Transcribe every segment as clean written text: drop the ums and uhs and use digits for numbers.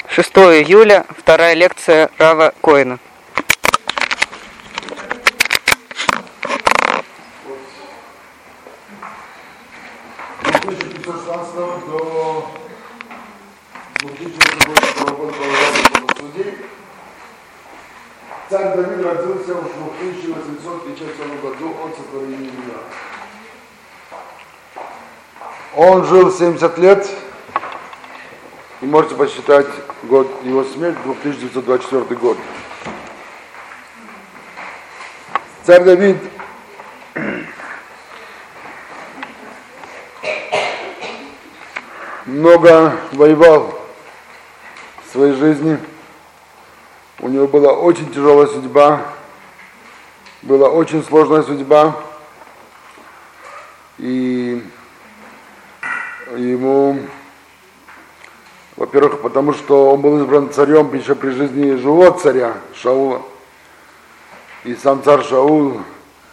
6 июля, вторая лекция Рава Коэна. С 1516 до 2008 года по суде царь Давид родился в 1857 году от сотворения мира. Он жил 70 лет, и можете посчитать год его смерти, 2924 год. Царь Давид много воевал в своей жизни. У него была очень тяжелая судьба, была очень сложная судьба, и ему, во-первых, потому что он был избран царем еще при жизни живого царя Шаула, и сам царь Шаул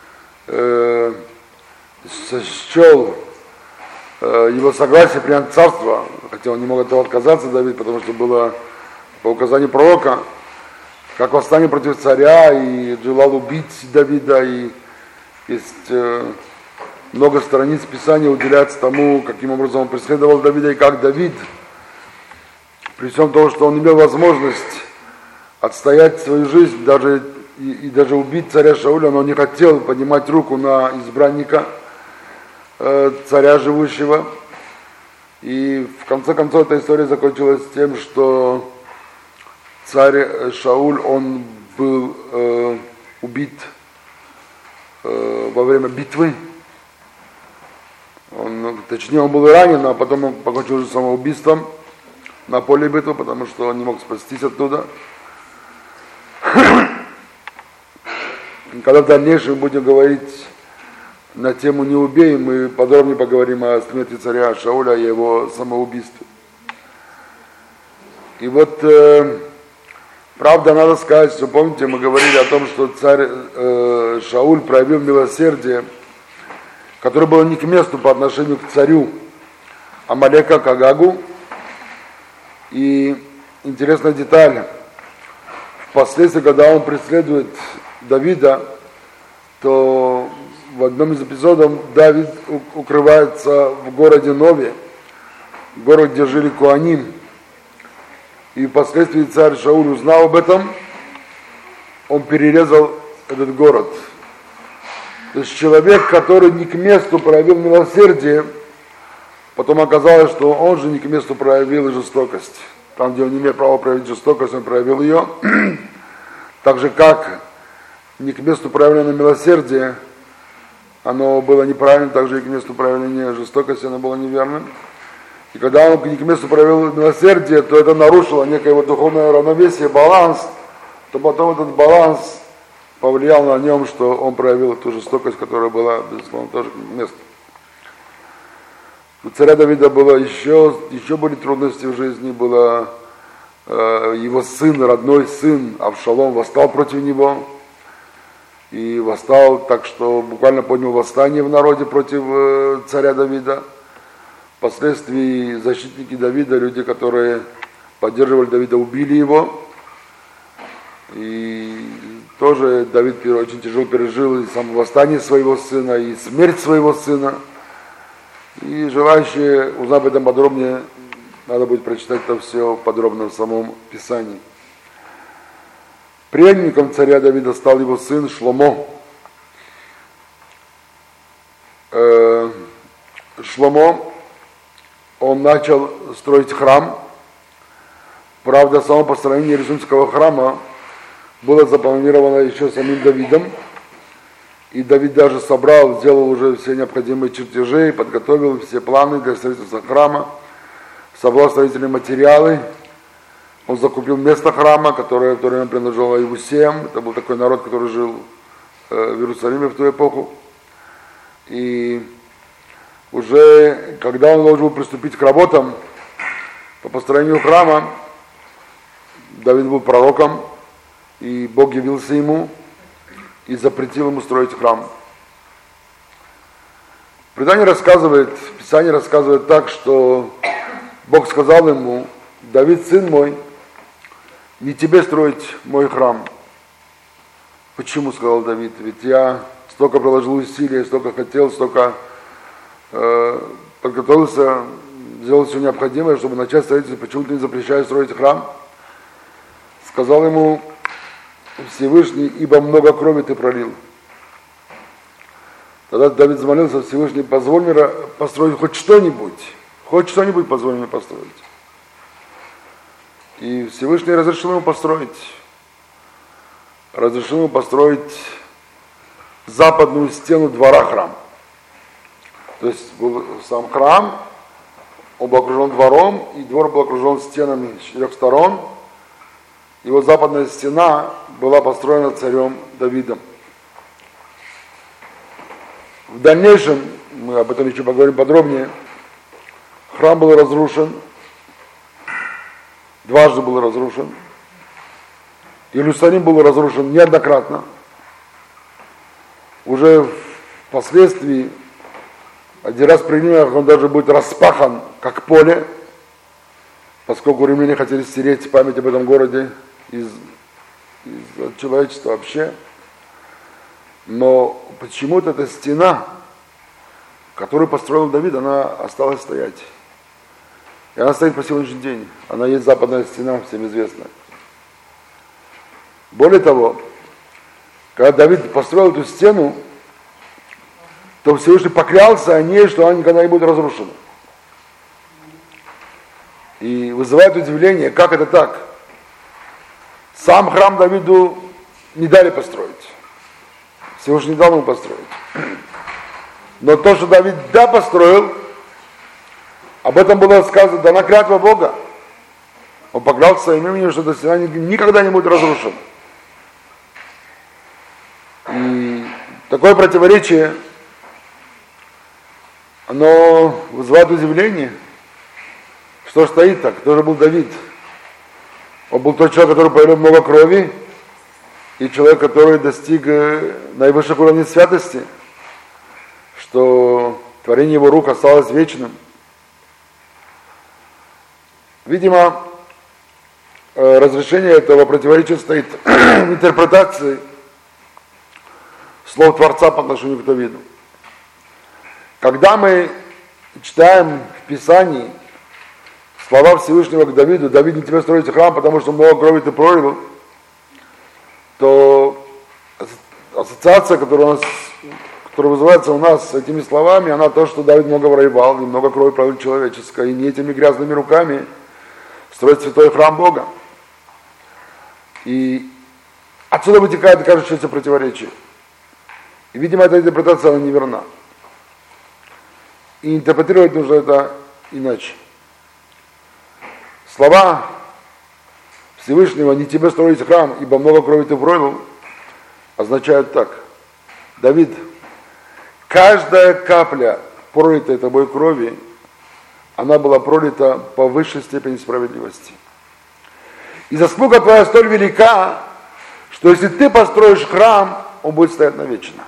счел его согласие принять царство, хотя он не мог от этого отказаться, Давид, потому что было по указанию пророка, как восстание против царя, и желал убить Давида, и есть много страниц Писания уделяется тому, каким образом он преследовал Давида, и как Давид, при всем том, что он имел возможность отстоять свою жизнь, даже убить царя Шауля, но он не хотел поднимать руку на избранника царя живущего. И в конце концов эта история закончилась тем, что царь Шауль, он был убит во время битвы. Он был ранен, а потом он покончил уже самоубийством на поле битвы, потому что он не мог спастись оттуда. Когда в дальнейшем мы будем говорить на тему «Не убей», мы подробнее поговорим о смерти царя Шауля и его самоубийстве. И вот, правда, надо сказать, что, помните, мы говорили о том, что царь Шауль проявил милосердие, которое было не к месту по отношению к царю Амалека, к Агагу. И интересная деталь, впоследствии, когда он преследует Давида, то в одном из эпизодов Давид укрывается в городе Нове, город, где жили Коаним. И впоследствии царь Шауль узнал об этом, он перерезал этот город. То есть человек, который не к месту проявил милосердие, потом оказалось, что он же не к месту проявил и жестокость. Там, где он не имел права проявить жестокость, он проявил ее. Так же, как не к месту проявления милосердия, оно было неправильно, так же и к месту проявления жестокости оно было неверным. И когда он не к месту проявил милосердие, то это нарушило некое его духовное равновесие, баланс, то потом этот баланс повлиял на нем, что он проявил ту жестокость, которая была, безусловно, тоже к месту. У царя Давида было еще были трудности в жизни, было его сын, родной сын Авшалом восстал против него, и восстал так, что буквально поднял восстание в народе против царя Давида. Впоследствии защитники Давида, люди, которые поддерживали Давида, убили его. И тоже Давид очень тяжело пережил и само восстание своего сына, и смерть своего сына. И желающие узнать об этом подробнее, надо будет прочитать это все подробно в самом Писании. Преемником царя Давида стал его сын Шломо. Шломо, он начал строить храм. Правда, само построение Иерусалимского храма было запланировано еще самим Давидом. И Давид даже сделал уже все необходимые чертежи, подготовил все планы для строительства храма, собрал строительные материалы. Он закупил место храма, которое в то время принадлежало Иевусеям. Это был такой народ, который жил в Иерусалиме в ту эпоху. И уже когда он должен был приступить к работам по построению храма, Давид был пророком, и Бог явился ему и запретил ему строить храм. Предание рассказывает, Писание рассказывает так, что Бог сказал ему: Давид, сын мой, не тебе строить мой храм. Почему, сказал Давид, ведь я столько приложил усилий, столько хотел, столько подготовился, сделал все необходимое, чтобы начать строительство. Почему ты не запрещаешь строить храм? Сказал ему Всевышний, ибо много крови ты пролил. Тогда Давид замолился: Всевышний, позволь мне построить хоть что-нибудь позволь мне построить. И Всевышний разрешил ему построить западную стену двора храма. То есть был сам храм, он был окружен двором, и двор был окружен стенами с 4 сторон. И вот западная стена была построена царем Давидом. В дальнейшем, мы об этом еще поговорим подробнее, храм был разрушен, дважды был разрушен. Иерусалим был разрушен неоднократно. Уже впоследствии, один раз при римлянах он даже будет распахан, как поле, поскольку римляне хотели стереть память об этом городе из человечества вообще. Но почему-то эта стена, которую построил Давид, она осталась стоять. И она стоит по сегодняшний день. Она есть западная стена, всем известная. Более того, когда Давид построил эту стену, то Всевышний поклялся о ней, что она никогда не будет разрушена. И вызывает удивление, как это так? Сам храм Давиду не дали построить. Всевышний не дал ему построить. Но то, что Давид построил, об этом было сказано, дана клятва Бога. Он поклялся своим именем, что эта стена никогда не будет разрушена. И такое противоречие, оно вызывает удивление. Что стоит так? Кто же был Давид? Он был тот человек, который пролил много крови, и человек, который достиг наивысших уровней святости, что творение его рук осталось вечным. Видимо, разрешение этого противоречия стоит в интерпретации слов Творца по отношению к Давиду. Когда мы читаем в Писании слова Всевышнего к Давиду: Давид, не тебе строить храм, потому что много крови ты пролил, то ассоциация, которая вызывается у нас с этими словами, она то, что Давид много воевал, и много крови пролил человеческой, и не этими грязными руками строить святой храм Бога. И отсюда вытекает кажущееся противоречие. И, видимо, эта интерпретация, она неверна. И интерпретировать нужно это иначе. Слова Всевышнего: не тебе строить храм, ибо много крови ты пролил, означают так: Давид, каждая капля пролитой тобой крови, она была пролита по высшей степени справедливости. И заслуга твоя столь велика, что если ты построишь храм, он будет стоять навечно.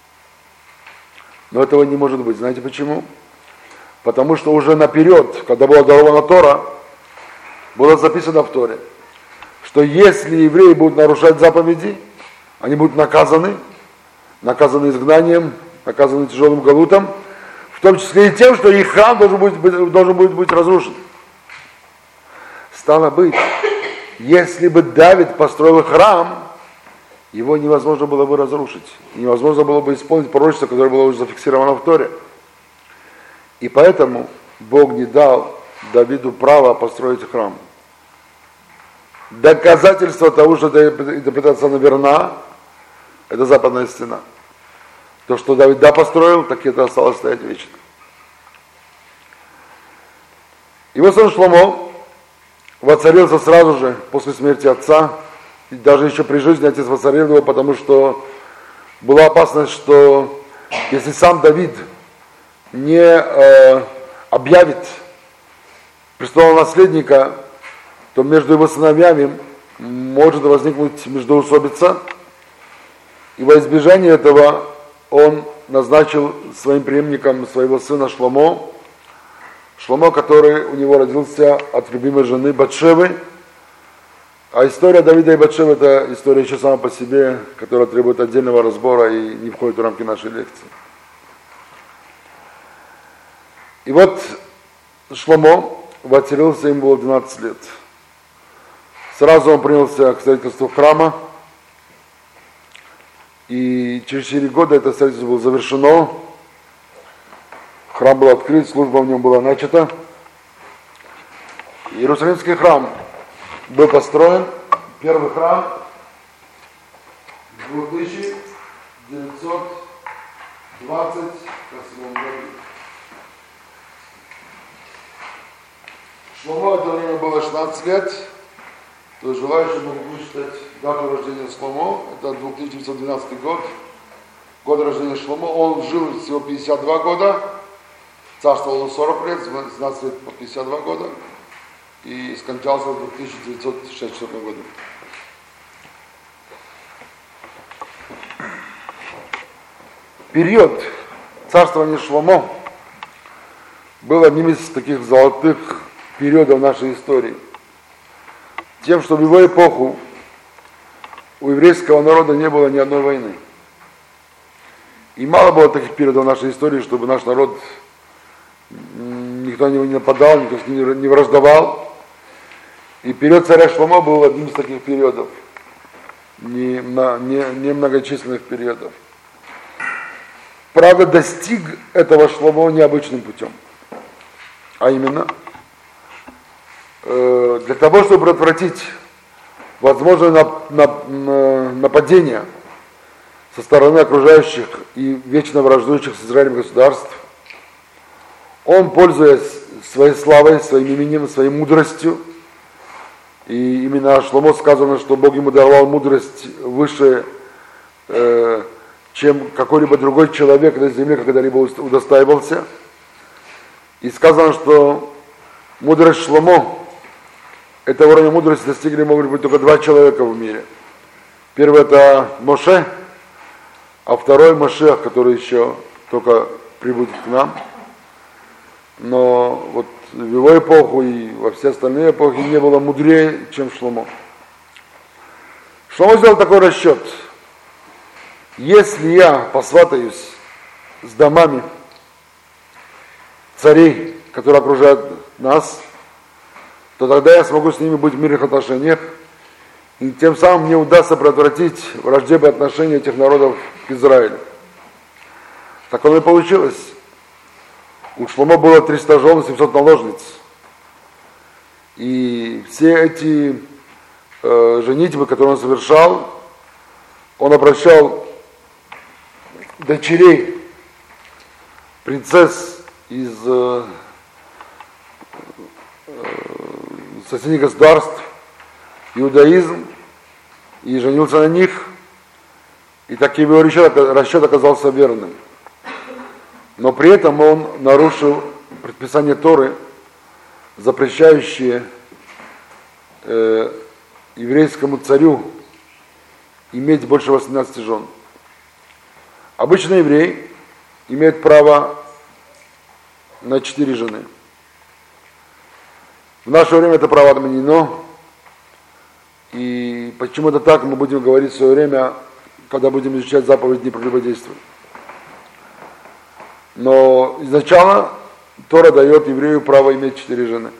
Но этого не может быть. Знаете почему? Потому что уже наперед, когда была дарована Тора, было записано в Торе, что если евреи будут нарушать заповеди, они будут наказаны изгнанием, наказаны тяжелым галутом, в том числе и тем, что их храм должен будет быть разрушен. Стало быть, если бы Давид построил храм, его невозможно было бы разрушить, невозможно было бы исполнить пророчество, которое было уже зафиксировано в Торе. И поэтому Бог не дал Давиду права построить храм. Доказательство того, что эта интерпретация верна, это западная стена. То, что Давид построил, так это осталось стоять вечно. Его сын Шломо воцарился сразу же после смерти отца, и даже еще при жизни отец воцарил его, потому что была опасность, что если сам Давид не объявит престолонаследника, то между его сыновьями может возникнуть междоусобица. И во избежание этого он назначил своим преемником своего сына Шломо, который у него родился от любимой жены Батшевы, А история Давида и Батшевы — это история еще сама по себе, которая требует отдельного разбора и не входит в рамки нашей лекции. И вот Шломо воцарился, ему было 12 лет. Сразу он принялся к строительству храма, и через 4 года это строительство было завершено, храм был открыт, служба в нем была начата. Иерусалимский храм был построен, первый храм в 1928 году. Шломо в это время было 16 лет, то есть желающие могут высчитать дату рождения Шломо, это 2912 год, год рождения Шломо. Он жил всего 52 года, царствовал на 40 лет, с 17 лет по 52 года, и скончался в 1964 году. Период царствования Шломо был одним из таких золотых периодов нашей истории. Тем, что в его эпоху у еврейского народа не было ни одной войны. И мало было таких периодов в нашей истории, чтобы наш народ, никто на него не нападал, никто с ним не враждовал. И период царя Шломо был одним из таких периодов, не многочисленных периодов. Правда, достиг этого Шломо необычным путем. А именно, для того, чтобы предотвратить возможное нападение со стороны окружающих и вечно враждующих с Израилем государств, он, пользуясь своей славой, своим именем, своей мудростью, и именно о Шломо сказано, что Бог ему даровал мудрость выше, чем какой-либо другой человек на земле когда-либо удостаивался. И сказано, что мудрость Шломо, этого уровня мудрости достигли, могут быть, только 2 человека в мире. Первый — это Моше, а второй — Машиах, который еще только прибудет к нам. Но вот в его эпоху и во все остальные эпохи не было мудрее, чем Шломо. Шломо сделал такой расчет. Если я посватаюсь с домами царей, которые окружают нас, то тогда я смогу с ними быть в мирных отношениях, и тем самым мне удастся предотвратить враждебные отношения этих народов к Израилю. Так оно и получилось. У Шломо было 300 жен и 700 наложниц. И все эти женитьбы, которые он совершал, он обращал дочерей принцесс из соседних государств, иудаизм, и женился на них, и так его расчет оказался верным. Но при этом он нарушил предписание Торы, запрещающие еврейскому царю иметь больше 18 жен. Обычный еврей имеет право на 4 жены. В наше время это право отменено, и почему это так, мы будем говорить в свое время, когда будем изучать заповедь «Не прелюбодействуй». Но изначально Тора дает еврею право иметь 4 жены.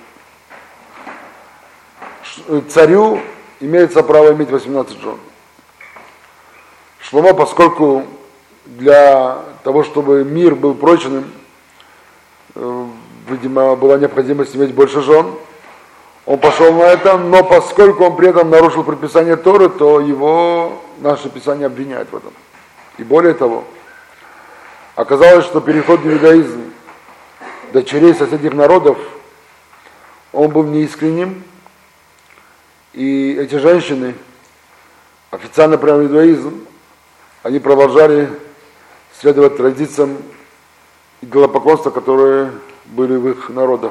Царю имеется право иметь 18 жен. Шломо, поскольку для того, чтобы мир был прочным, видимо, была необходимость иметь больше жен, он пошел на это, но поскольку он при этом нарушил предписание Торы, то его наше Писание обвиняет в этом. И более того, оказалось, что переход в иудаизм дочерей соседних народов, он был неискренним, и эти женщины, официально прямо иудаизм, они продолжали следовать традициям идолопоклонства, которые были в их народах.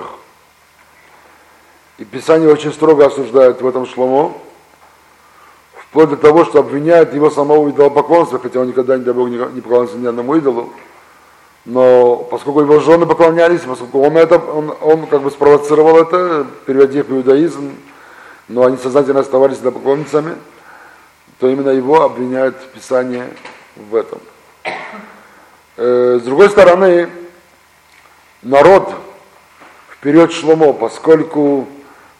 И Писание очень строго осуждает в этом Шломо, вплоть до того, что обвиняет его самого в идолопоклонстве, хотя он никогда, не дай Бог, не поклонялся ни одному идолу. Но поскольку его жены поклонялись, поскольку он как бы спровоцировал это, переводя их в иудаизм, но они сознательно оставались идолопоклонницами, то именно его обвиняют в Писании в этом. С другой стороны, народ вперед Шломо, поскольку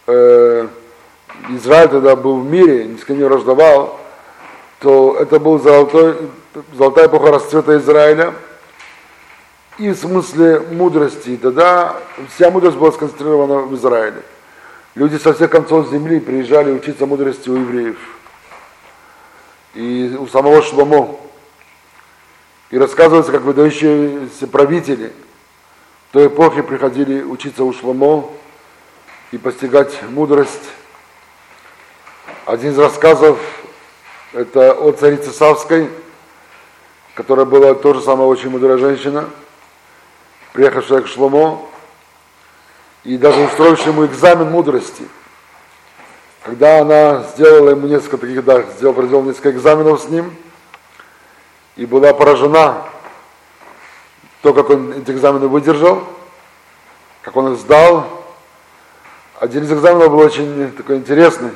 Израиль тогда был в мире, ни с кем не враждовал, то это был золотая эпоха расцвета Израиля. И в смысле мудрости, тогда вся мудрость была сконцентрирована в Израиле. Люди со всех концов земли приезжали учиться мудрости у евреев. И у самого Шломо. И рассказывается, как выдающиеся правители той эпохи приходили учиться у Шломо и постигать мудрость. Один из рассказов — это о царице Савской, которая была тоже самая очень мудрая женщина, приехавшая к Шломо и даже устроившая ему экзамен мудрости. Когда она сделала ему несколько таких, провела несколько экзаменов с ним, и была поражена то, как он эти экзамены выдержал, как он их сдал. Один из экзаменов был очень такой интересный.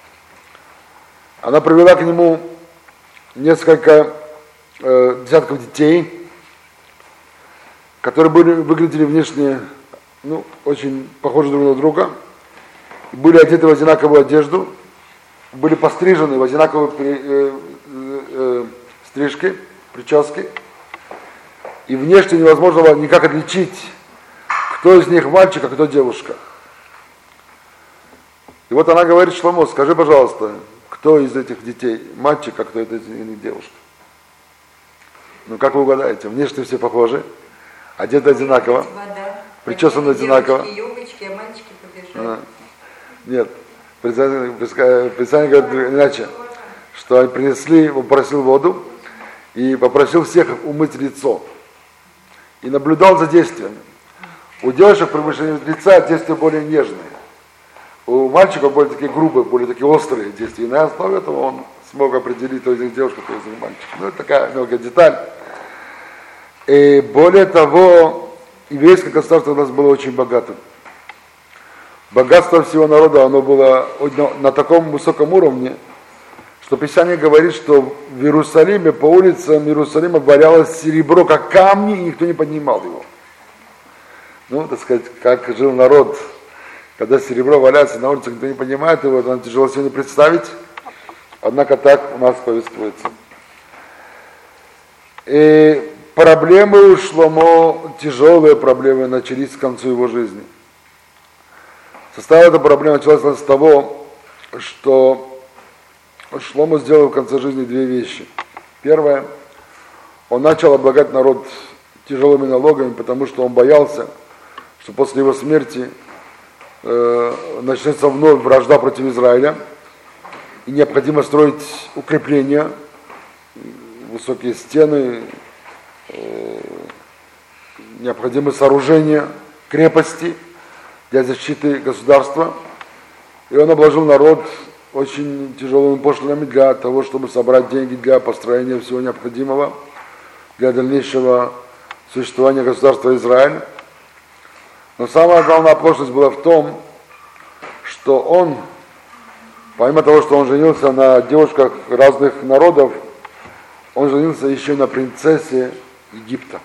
Она привела к нему несколько десятков детей, которые выглядели внешне очень похожи друг на друга, были одеты в одинаковую одежду, были пострижены в одинаковые стрижки, прически, и внешне невозможно было никак отличить, кто из них мальчик, а кто девушка. И вот она говорит Шломо: скажи, пожалуйста, кто из этих детей мальчик, а кто из них девушка? Ну, как вы угадаете, внешне все похожи, одеты одинаково, причесаны одинаково. Юбочки, а мальчики побежали. Нет, Писание говорит иначе, что они принесли, он попросил воду и попросил всех умыть лицо. И наблюдал за действиями. У девушек при мышлении лица действия более нежные. У мальчиков более такие грубые, более такие острые действия. И на основе этого он смог определить, кто из них девушка, кто из них мальчик. Ну, это такая мелкая деталь. И более того, еврейское государство у нас было очень богатым. Богатство всего народа, оно было на таком высоком уровне, что Писание говорит, что в Иерусалиме, по улицам Иерусалима валялось серебро, как камни, и никто не поднимал его. Ну, так сказать, как жил народ, когда серебро валяется на улице, никто не поднимает его, это нам тяжело сегодня представить, однако так у нас повествуется. И проблемы у Шломо, тяжелые проблемы, начались к концу его жизни. Состав этой проблемы началась с того, что Шломо сделал в конце жизни две вещи. Первое, он начал облагать народ тяжелыми налогами, потому что он боялся, что после его смерти начнется вновь вражда против Израиля, и необходимо строить укрепления, высокие стены, необходимы сооружения, крепости для защиты государства. И он обложил народ очень тяжелыми пошлинами для того, чтобы собрать деньги для построения всего необходимого для дальнейшего существования государства Израиль. Но самая главная пошлость была в том, что он, помимо того, что он женился на девушках разных народов, он женился еще и на принцессе Египта.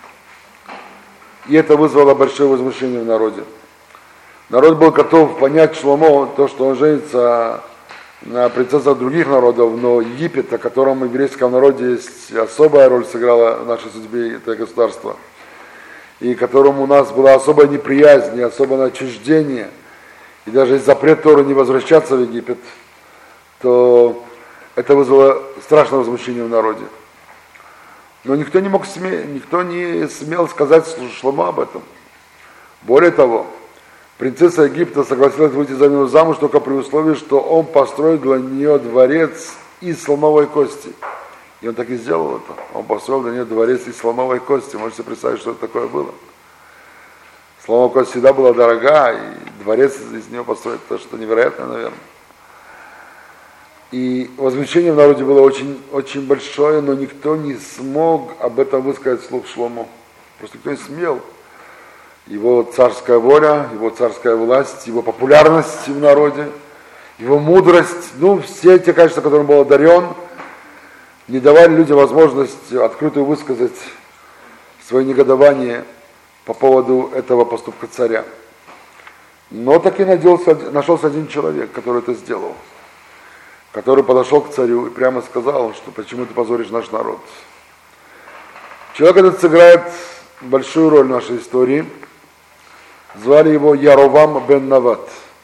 И это вызвало большое возмущение в народе. Народ был готов понять Шломо, то, что он женится на принцессах других народов, но Египет, о котором в еврейском народе есть особая роль сыграла в нашей судьбе это государство, и которому у нас была особая неприязнь, особое отчуждение, и даже есть запрет Торы не возвращаться в Египет, то это вызвало страшное возмущение в народе. Но никто не смел сказать Шломо об этом. Более того, принцесса Египта согласилась выйти за него замуж только при условии, что он построит для нее дворец из слоновой кости. И он так и сделал это. Он построил для нее дворец из слоновой кости. Можете представить, что это такое было. Слоновая кость всегда была дорога, и дворец из нее построить, это что-то невероятное, наверное. И возмущение в народе было очень, очень большое, но никто не смог об этом высказать вслух Шломо. Просто никто не смел. Его царская воля, его царская власть, его популярность в народе его мудрость, все те качества, которым был одарен, не давали людям возможность открытую высказать свое негодование по поводу этого поступка царя. Но таки нашелся один человек, который это сделал, который подошел к царю и прямо сказал, что почему ты позоришь наш народ. Человек этот сыграет большую роль в нашей истории. Звали его Яровам бен Нават.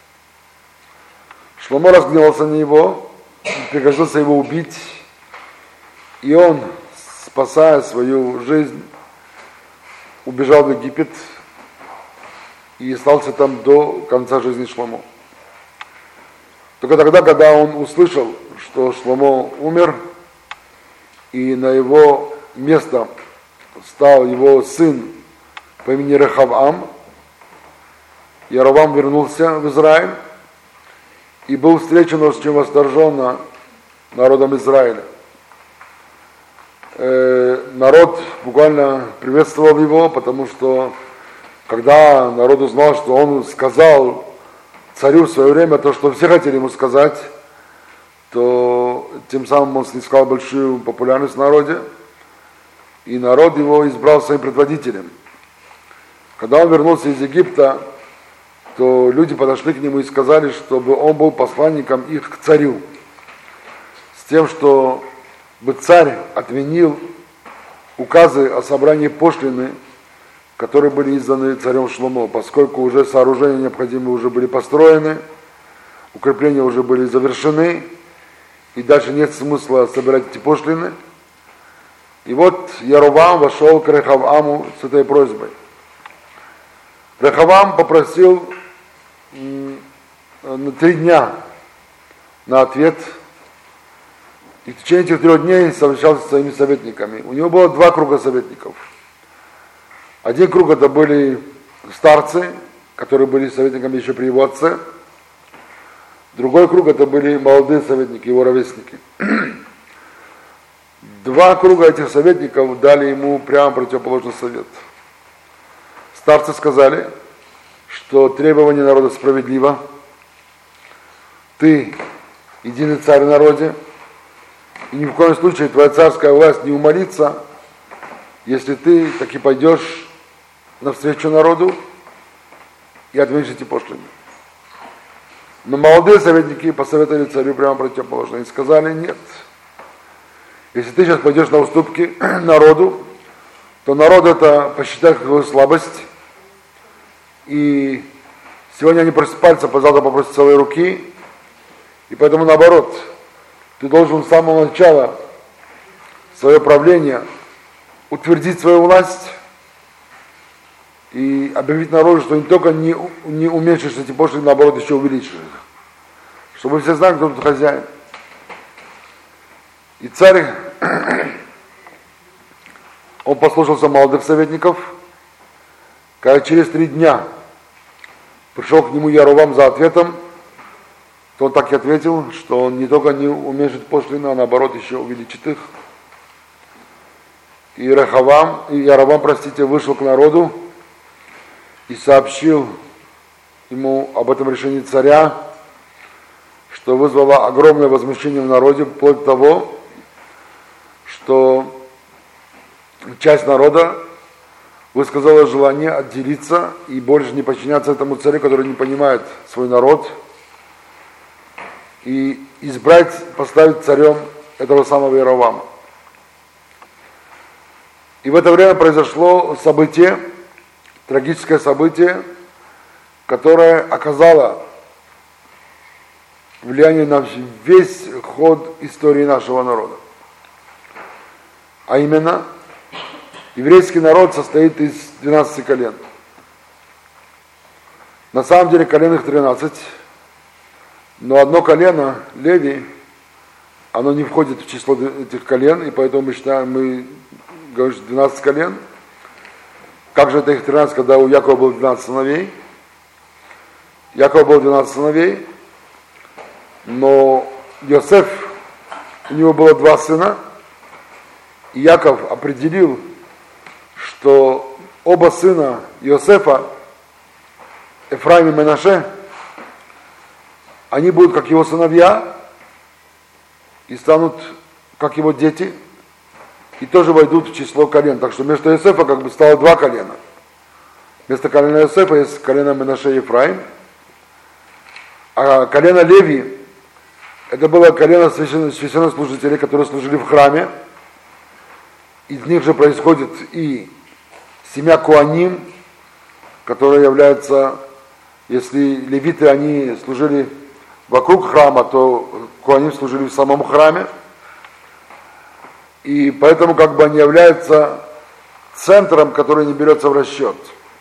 Шломо разгневался на него, пригрозился его убить, и он, спасая свою жизнь, убежал в Египет и остался там до конца жизни Шломо. Только тогда, когда он услышал, что Шломо умер, и на его место стал его сын по имени Рехавам, Яровам вернулся в Израиль и был встречен очень восторженно народом Израиля. Народ буквально приветствовал его, потому что когда народ узнал, что он сказал царю в свое время то, что все хотели ему сказать, то тем самым он снискал большую популярность в народе, и народ его избрал своим предводителем. Когда он вернулся из Египта, то люди подошли к нему и сказали, чтобы он был посланником их к царю, с тем, что бы царь отменил указы о собрании пошлины, которые были изданы царем Шломо, поскольку уже сооружения необходимые уже были построены, укрепления уже были завершены, и дальше нет смысла собирать эти пошлины. И вот Яровам вошел к Рехаваму с этой просьбой. Рехавам попросил на 3 дня на ответ, и в течение этих 3 дней совещался со своими советниками. У него было 2 круга советников. Один круг это были старцы, которые были советниками еще при его отце. Другой круг это были молодые советники, его ровесники. 2 круга этих советников дали ему прямо противоположный совет. Старцы сказали, что требование народа справедливо. Ты единый царь в народе, и ни в коем случае твоя царская власть не умолится, если ты таки пойдешь навстречу народу и отменишь эти пошлины. Но молодые советники посоветовали царю прямо противоположно и сказали: нет. Если ты сейчас пойдешь на уступки народу, то народ это посчитает как свою слабость, и сегодня они просят пальца, завтра попросят целой руки, и поэтому наоборот, ты должен с самого начала свое правление утвердить свою власть и объявить народу, что не только не уменьшишь эти пошлины, наоборот, еще увеличишь их. Чтобы все знали, кто тут хозяин. И царь, он послушался молодых советников, когда через 3 дня пришел к нему Яровам за ответом, то он так и ответил, что он не только не уменьшит пошлины, а наоборот еще увеличит их. И Яровам, вышел к народу и сообщил ему об этом решении царя, что вызвало огромное возмущение в народе, вплоть до того, что часть народа высказала желание отделиться и больше не подчиняться этому царю, который не понимает свой народ, и поставить царем этого самого Яровама. И в это время произошло событие, трагическое событие, которое оказало влияние на весь ход истории нашего народа. А именно, еврейский народ состоит из 12 колен. На самом деле колен их 13, но одно колено, Леви, оно не входит в число этих колен, и поэтому мы говорим, что 12 колен. Как же это их 13, когда у Якова было 12 сыновей? Якова было 12 сыновей, но Йосеф, у него было 2 сына, и Яков определил, что оба сына Йосефа, Эфраим и Менаше, они будут как его сыновья и станут как его дети, и тоже войдут в число колен. Так что вместо Иосифа как бы стало два колена. Вместо колена Иосифа есть колено Менаше и Ефраим, а колено Леви это было колено священнослужителей, которые служили в храме. Из них же происходит и семья Коаним, которая является, если левиты, они служили вокруг храма, то Коаним служили в самом храме. И поэтому как бы они являются центром, который не берется в расчет.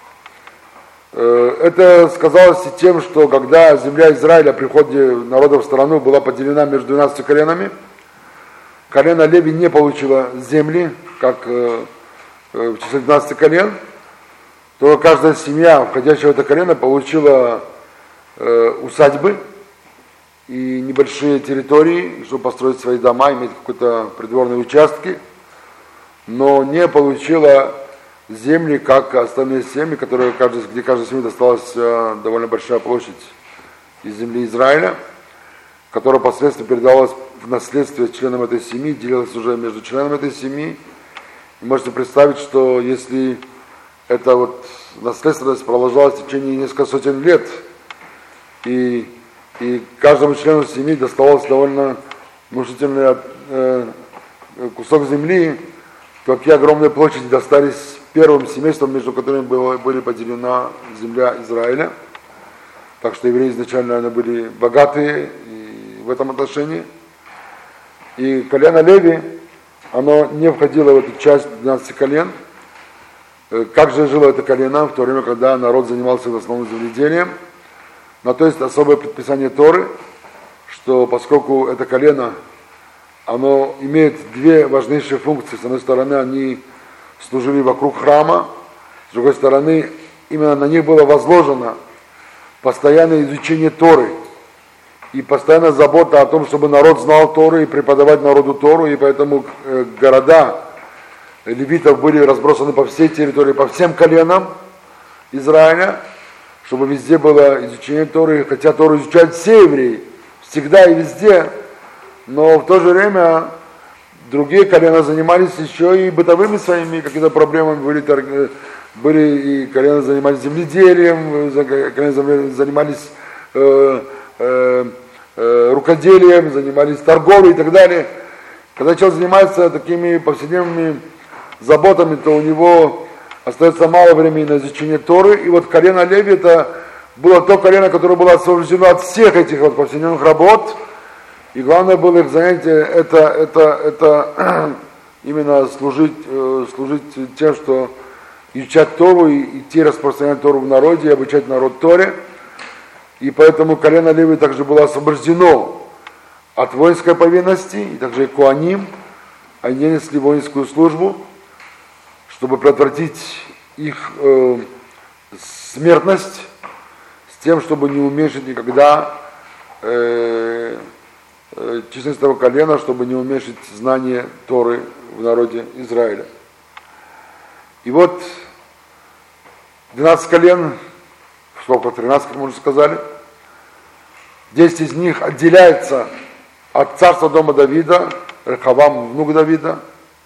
Это сказалось и тем, что когда земля Израиля при входе народов в страну была поделена между 12 коленами, колено Леви не получило земли, как в числе 12 колен, то каждая семья, входящая в это колено, получила усадьбы и небольшие территории, чтобы построить свои дома, иметь какие-то придворные участки, но не получила земли, как остальные семьи, где каждой семье досталась довольно большая площадь из земли Израиля, которая последствия передавалась в наследство членам этой семьи, делилась уже между членами этой семьи. И можете представить, что если эта вот наследственность продолжалась в течение нескольких сотен лет, и каждому члену семьи доставался довольно внушительный кусок земли, то какие огромные площади достались первым семействам, между которыми были поделена земля Израиля. Так что евреи изначально, наверное, были богатые и в этом отношении. И колено Леви, оно не входило в эту часть 12 колен. Как же жило это колено в то время, когда народ занимался в основном земледелием? Но то есть особое предписание Торы, что поскольку это колено, оно имеет две важнейшие функции. С одной стороны, они служили вокруг храма, с другой стороны, именно на них было возложено постоянное изучение Торы и постоянная забота о том, чтобы народ знал Тору и преподавать народу Тору, и поэтому города левитов были разбросаны по всей территории, по всем коленам Израиля, чтобы везде было изучение Торы, хотя Тору изучают все евреи, всегда и везде, но в то же время другие колена занимались еще и бытовыми своими какими-то проблемами, были и колена занимались земледелием, колена занимались рукоделием, занимались торговлей и так далее. Когда человек занимается такими повседневными заботами, то у него остается мало времени на изучение Торы. И вот колено Леви это было то колено, которое было освобождено от всех этих вот повседневных работ. И главное было их занятие это именно служить тем, что изучать Тору и идти распространять Тору в народе, и обучать народ Торе. И поэтому колено Леви также было освобождено от воинской повинности, и также и Коаним, они несли воинскую службу, чтобы предотвратить их смертность, с тем, чтобы не уменьшить никогда численность того колена, чтобы не уменьшить знание Торы в народе Израиля. И вот 12 колен, сколько, 13, как мы уже сказали, 10 из них отделяется от царства дома Давида, Рехавам, внук Давида,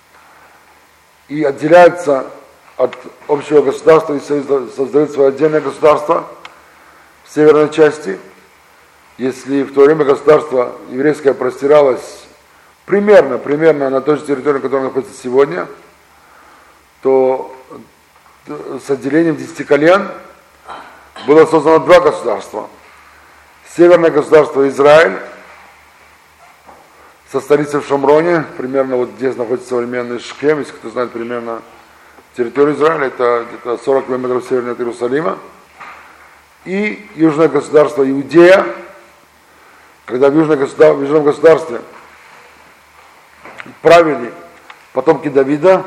и отделяется от общего государства и создает свое отдельное государство в северной части. Если в то время государство еврейское простиралось примерно на той же территории, которая находится сегодня, то с отделением 10 колен было создано два государства. Северное государство Израиль со столицей в Шомроне, примерно вот здесь находится современный Шхем, если кто знает примерно территорию Израиля, это где-то 40 километров севернее от Иерусалима, и южное государство Иудея, когда в южном государстве правили потомки Давида,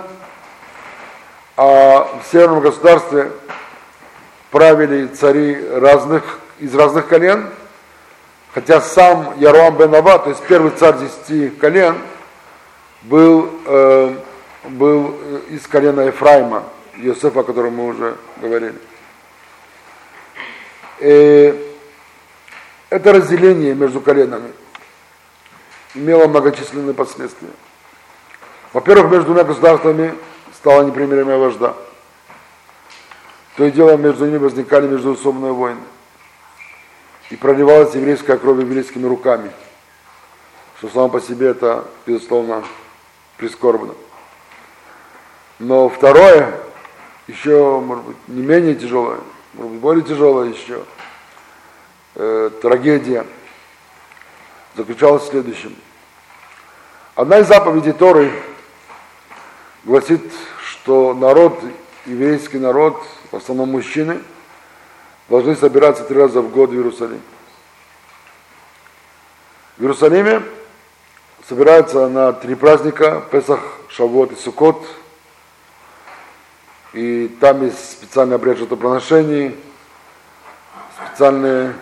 а в северном государстве правили цари из разных колен, хотя сам Яроам бен Нават, то есть первый царь 10 колен, был из колена Ефраима, Иосифа, о котором мы уже говорили. это разделение между коленами имело многочисленные последствия. Во-первых, между двумя государствами стала непримиримая вражда. То и дело между ними возникали междоусобные войны. И проливалась еврейская кровь еврейскими руками, что само по себе это, безусловно, прискорбно. Но второе, еще, может быть, не менее тяжелое, может быть, более тяжелое еще, трагедия заключалась в следующем. Одна из заповедей Торы гласит, что народ, еврейский народ, в основном мужчины, должны собираться 3 раза в год в Иерусалим. В Иерусалиме собираются на 3 праздника: Песах, Шавуот и Суккот. И там есть специальный обряд жертвоприношений, специальные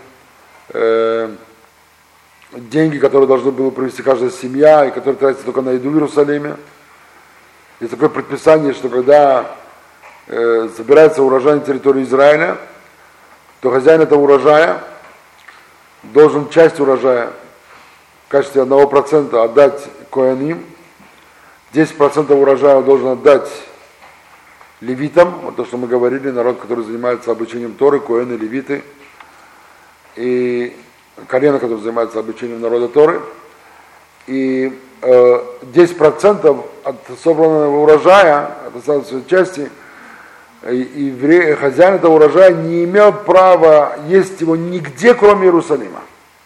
деньги, которые должны были привести каждая семья, и которые тратятся только на еду в Иерусалиме. Есть такое предписание, что когда собирается урожай на территории Израиля, то хозяин этого урожая должен часть урожая в качестве 1% отдать коэним, 10% урожая он должен отдать левитам, вот то, что мы говорили, народ, который занимается обучением Торы, коэны, левиты, и колено, которое занимается обучением народа Торы, и 10% от собранного урожая, от оставшейся части, и хозяин этого урожая не имел права есть его нигде, кроме Иерусалима.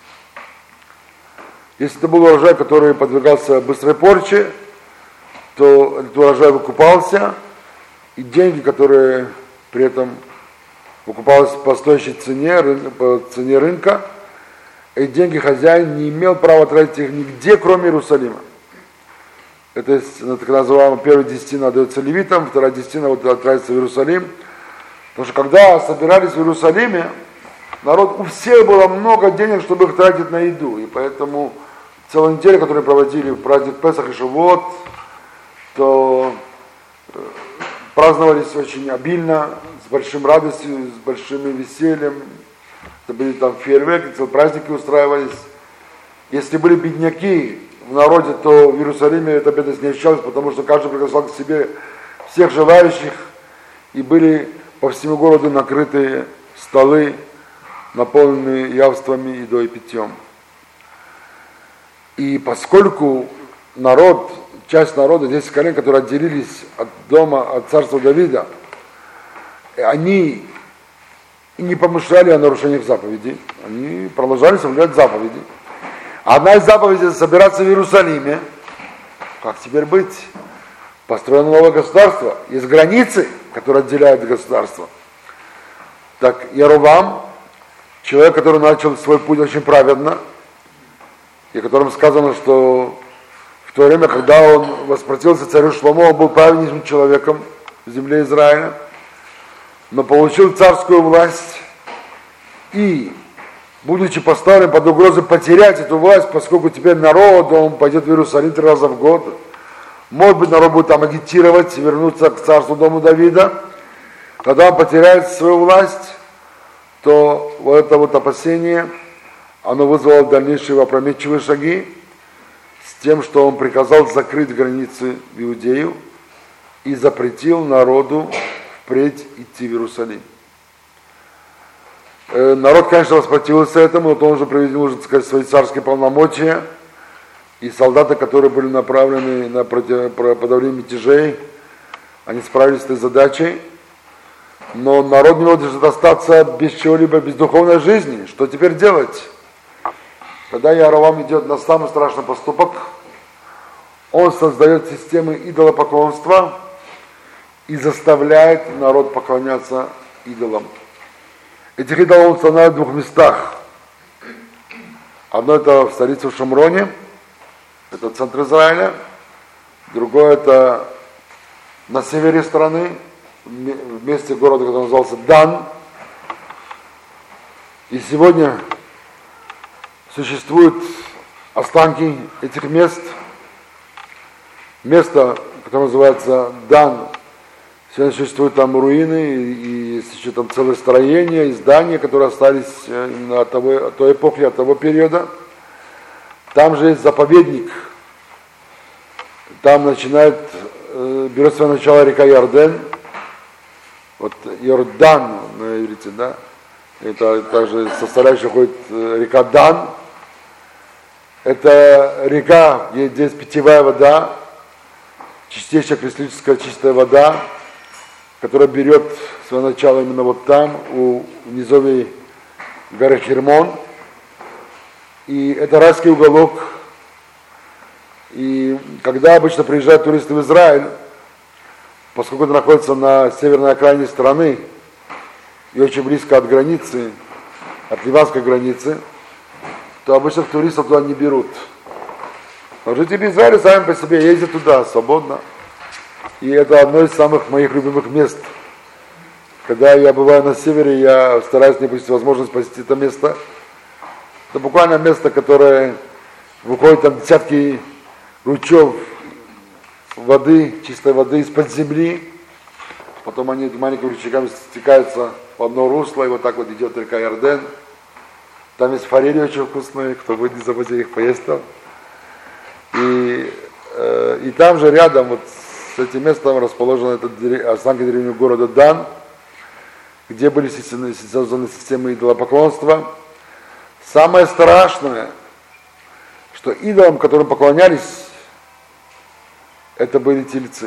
Если это был урожай, который подвергался быстрой порче, то этот урожай выкупался, и деньги, которые при этом выкупались по стоящей цене, по цене рынка, эти деньги хозяин не имел права тратить их нигде, кроме Иерусалима. Это так называемая первая десятина отдается левитам, вторая десятина вот тратится в Иерусалим. Потому что когда собирались в Иерусалиме, народ, у всех было много денег, чтобы их тратить на еду. И поэтому целую неделю, которую проводили в праздник Песах и Шавуот, то праздновались очень обильно, с большим радостью, с большим весельем. Это были там фейерверки, целые праздники устраивались. Если были бедняки в народе, то в Иерусалиме эта бедность не ощущалась, потому что каждый приглашал к себе всех желающих, и были по всему городу накрытые столы, наполненные явствами, едой и питьем. И поскольку народ, часть народа, 10 колен, которые отделились от дома, от царства Давида, они не помышляли о нарушениях заповедей, они продолжали соблюдать заповеди. Одна из заповедей — собираться в Иерусалиме. Как теперь быть? Построено новое государство. Есть границы, которые отделяют государство. Так Яровам, человек, который начал свой путь очень праведно, и о котором сказано, что в то время, когда он воспротивился царю Шломо, он был праведнейшим человеком в земле Израиля, но получил царскую власть и, будучи поставлен под угрозой потерять эту власть, поскольку теперь народ, он пойдет в Иерусалим 3 раза в год, может быть, народ будет там агитировать, вернуться к царству дому Давида, когда он потеряет свою власть, то вот это вот опасение, оно вызвало дальнейшие опрометчивые шаги с тем, что он приказал закрыть границы в Иудею и запретил народу впредь идти в Иерусалим. Народ, конечно, воспротивился этому, но он уже проявил, можно сказать, свои царские полномочия, и солдаты, которые были направлены на подавление мятежей, они справились с этой задачей, но народ не может остаться без чего-либо, без духовной жизни. Что теперь делать? Когда Яровам идет на самый страшный поступок, он создает системы идолопоклонства и заставляет народ поклоняться идолам. Этих идолов он устанавливает в 2 местах. Одно это в столице в Шомроне, это центр Израиля. Другое это на севере страны, в месте города, который назывался Дан. И сегодня существуют останки этих мест. Место, которое называется Дан, Сегодня существуют там руины, и есть еще там целое строение, и здания, которые остались именно от той эпохи, от того периода. Там же есть заповедник. Там берет свое начало река Иордан. Вот Иордан на иврите, да. Это также составляющая входит река Дан. Это река, где есть питьевая вода, чистейшая кристаллическая чистая вода, которая берет свое начало именно вот там, у низовой горы Хермон. И это райский уголок. И когда обычно приезжают туристы в Израиль, поскольку это находится на северной окраине страны и очень близко от границы, от ливанской границы, то обычно туристов туда не берут. Но жители Израиля сами по себе ездят туда свободно. И это одно из самых моих любимых мест. Когда я бываю на севере, я стараюсь не упустить возможность посетить это место. Это буквально место, которое выходит там десятки ручьев воды, чистой воды из-под земли. Потом они маленькими ручейками стекаются в одно русло, и вот так вот идет река Иордан. Там есть форели очень вкусные, кто будет, не забудьте их поесть там. И там же рядом, вот с этим местом, расположена останки древнего города Дан, где были созданы системы идолопоклонства. Самое страшное, что идолам, которым поклонялись, это были тельцы.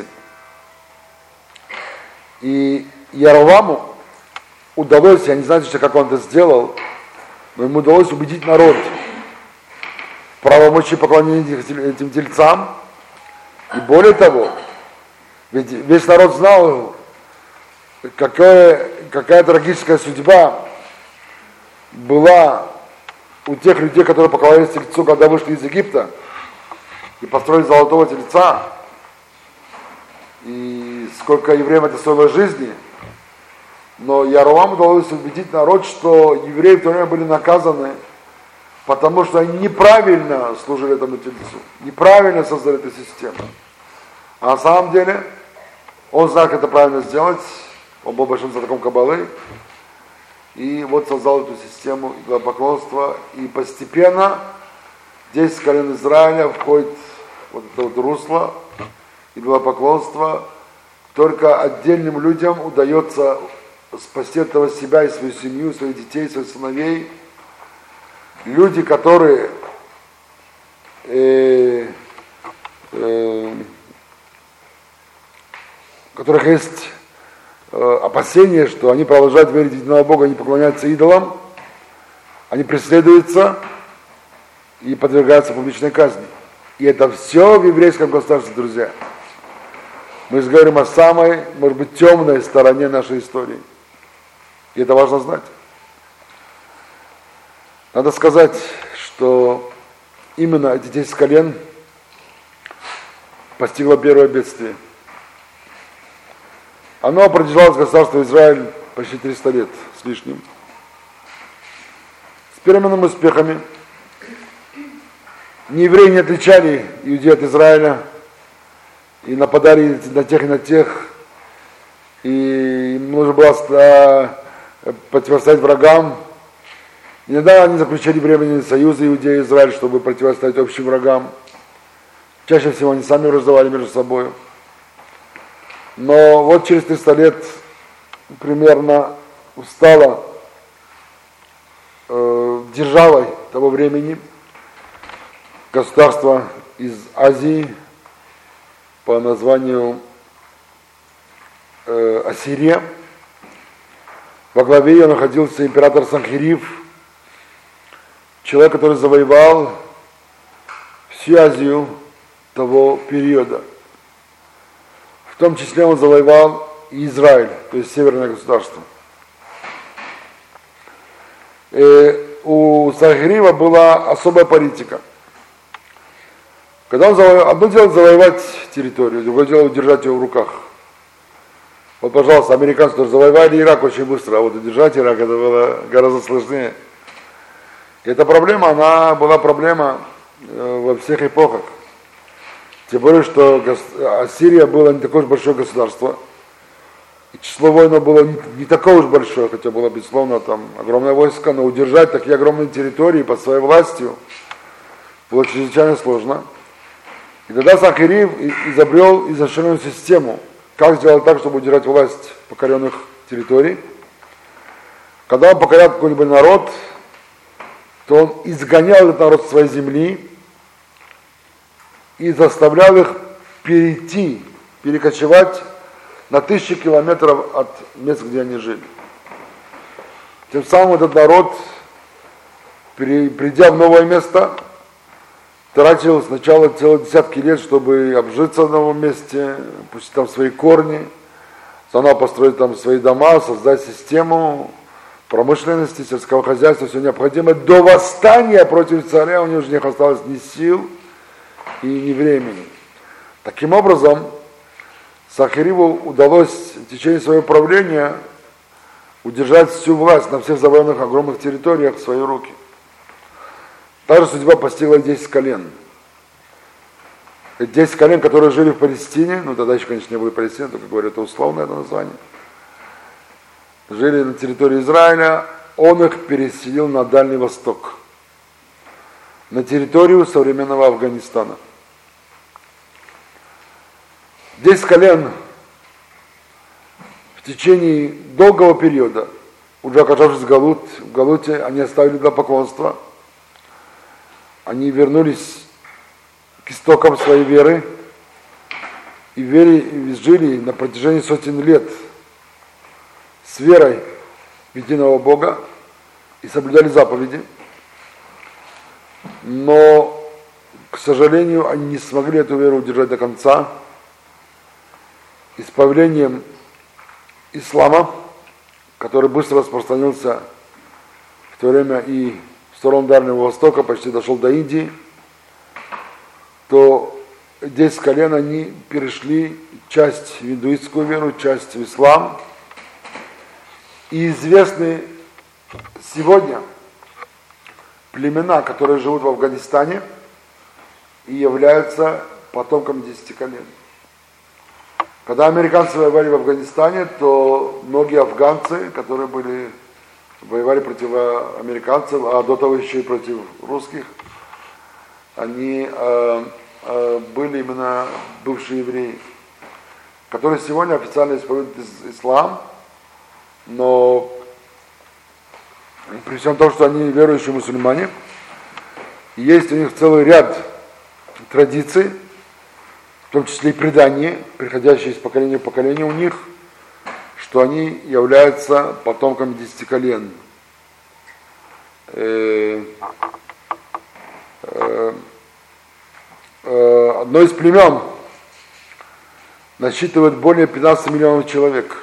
И Яроваму удалось, я не знаю, как он это сделал, но ему удалось убедить народ в правомочии поклонения этим тельцам. И более того, ведь весь народ знал, какая трагическая судьба была у тех людей, которые поклонялись тельцу, когда вышли из Египта и построили золотого тельца. И сколько евреям это стоило жизни. Но Яроваму удалось убедить народ, что евреи в то время были наказаны, потому что они неправильно служили этому тельцу, неправильно создали эту систему. А на самом деле, он знал, как это правильно сделать, он был большим знатоком Каббалы, и вот создал эту систему идолопоклонства, и постепенно 10 колен Израиля входит в вот это вот русло идолопоклонства. Только отдельным людям удается спасти от этого себя и свою семью, своих детей, своих сыновей. Люди, которые у которых есть опасение, что они продолжают верить в единого Бога, они поклоняются идолам, они преследуются и подвергаются публичной казни. И это все в еврейском государстве, друзья. Мы же говорим о самой, может быть, темной стороне нашей истории. И это важно знать. Надо сказать, что именно эти 10 колен постигло первое бедствие. Оно продержалось государство Израиль почти 300 лет с лишним. С переменными успехами. Ни евреи не отличали иудеи от Израиля. И нападали на тех и на тех. И им нужно было противостоять врагам. Иногда они заключали временные союзы иудеи и Израиль, чтобы противостоять общим врагам. Чаще всего они сами враждовали между собой. Но вот через 300 лет примерно стало державой того времени государство из Азии по названию Ассирия. Во главе ее находился император Санхерив, человек, который завоевал всю Азию того периода. В том числе он завоевал и Израиль, то есть северное государство. У Санхерива была особая политика. Когда он одно дело завоевать территорию, другое дело удержать ее в руках. Вот, пожалуйста, американцы тоже завоевали Ирак очень быстро, а вот удержать Ирак это было гораздо сложнее. И эта проблема, она была проблема во всех эпохах. Тем более, что Ассирия была не такое большое государство. И число воинов было не такое уж большое, хотя было, безусловно, там огромное войско, но удержать такие огромные территории под своей властью было чрезвычайно сложно. И тогда Санхериб изобрел изощренную систему, как сделать так, чтобы удержать власть покоренных территорий. Когда он покорял какой-нибудь народ, то он изгонял этот народ с своей земли и заставлял их перекочевать на 1000 километров от мест, где они жили. Тем самым этот народ, придя в новое место, тратил сначала целые десятки лет, чтобы обжиться в новом месте, пустить там свои корни, заново построить там свои дома, создать систему промышленности, сельского хозяйства, все необходимое. До восстания против царя у него уже не осталось ни сил и ни времени. Таким образом, Санхерибу удалось в течение своего правления удержать всю власть на всех завоеванных огромных территориях в свои руки. Та же судьба постигла 10 колен. 10 колен, которые жили в Палестине, ну тогда еще, конечно, не было Палестины, только говорю, это условное это название, жили на территории Израиля, он их переселил на Дальний Восток, на территорию современного Афганистана. 10 колен в течение долгого периода, уже оказавшись в Галуте, они оставили идолопоклонство, они вернулись к истокам своей веры и жили на протяжении сотен лет с верой в единого Бога и соблюдали заповеди. Но, к сожалению, они не смогли эту веру удержать до конца. И с появлением ислама, который быстро распространился в то время и в сторону Дальнего Востока, почти дошел до Индии, то 10 колен они перешли часть в индуистскую веру, часть в ислам. И известны сегодня племена, которые живут в Афганистане и являются потомками 10 колен. Когда американцы воевали в Афганистане, то многие афганцы, которые воевали против американцев, а до того еще и против русских, они были именно бывшие евреи, которые сегодня официально исповедуют ислам, но при всем том, что они верующие мусульмане, есть у них целый ряд традиций, в том числе и предания, приходящие из поколения в поколение у них, что они являются потомками 10 колен. Одно из племен насчитывает более 15 миллионов человек.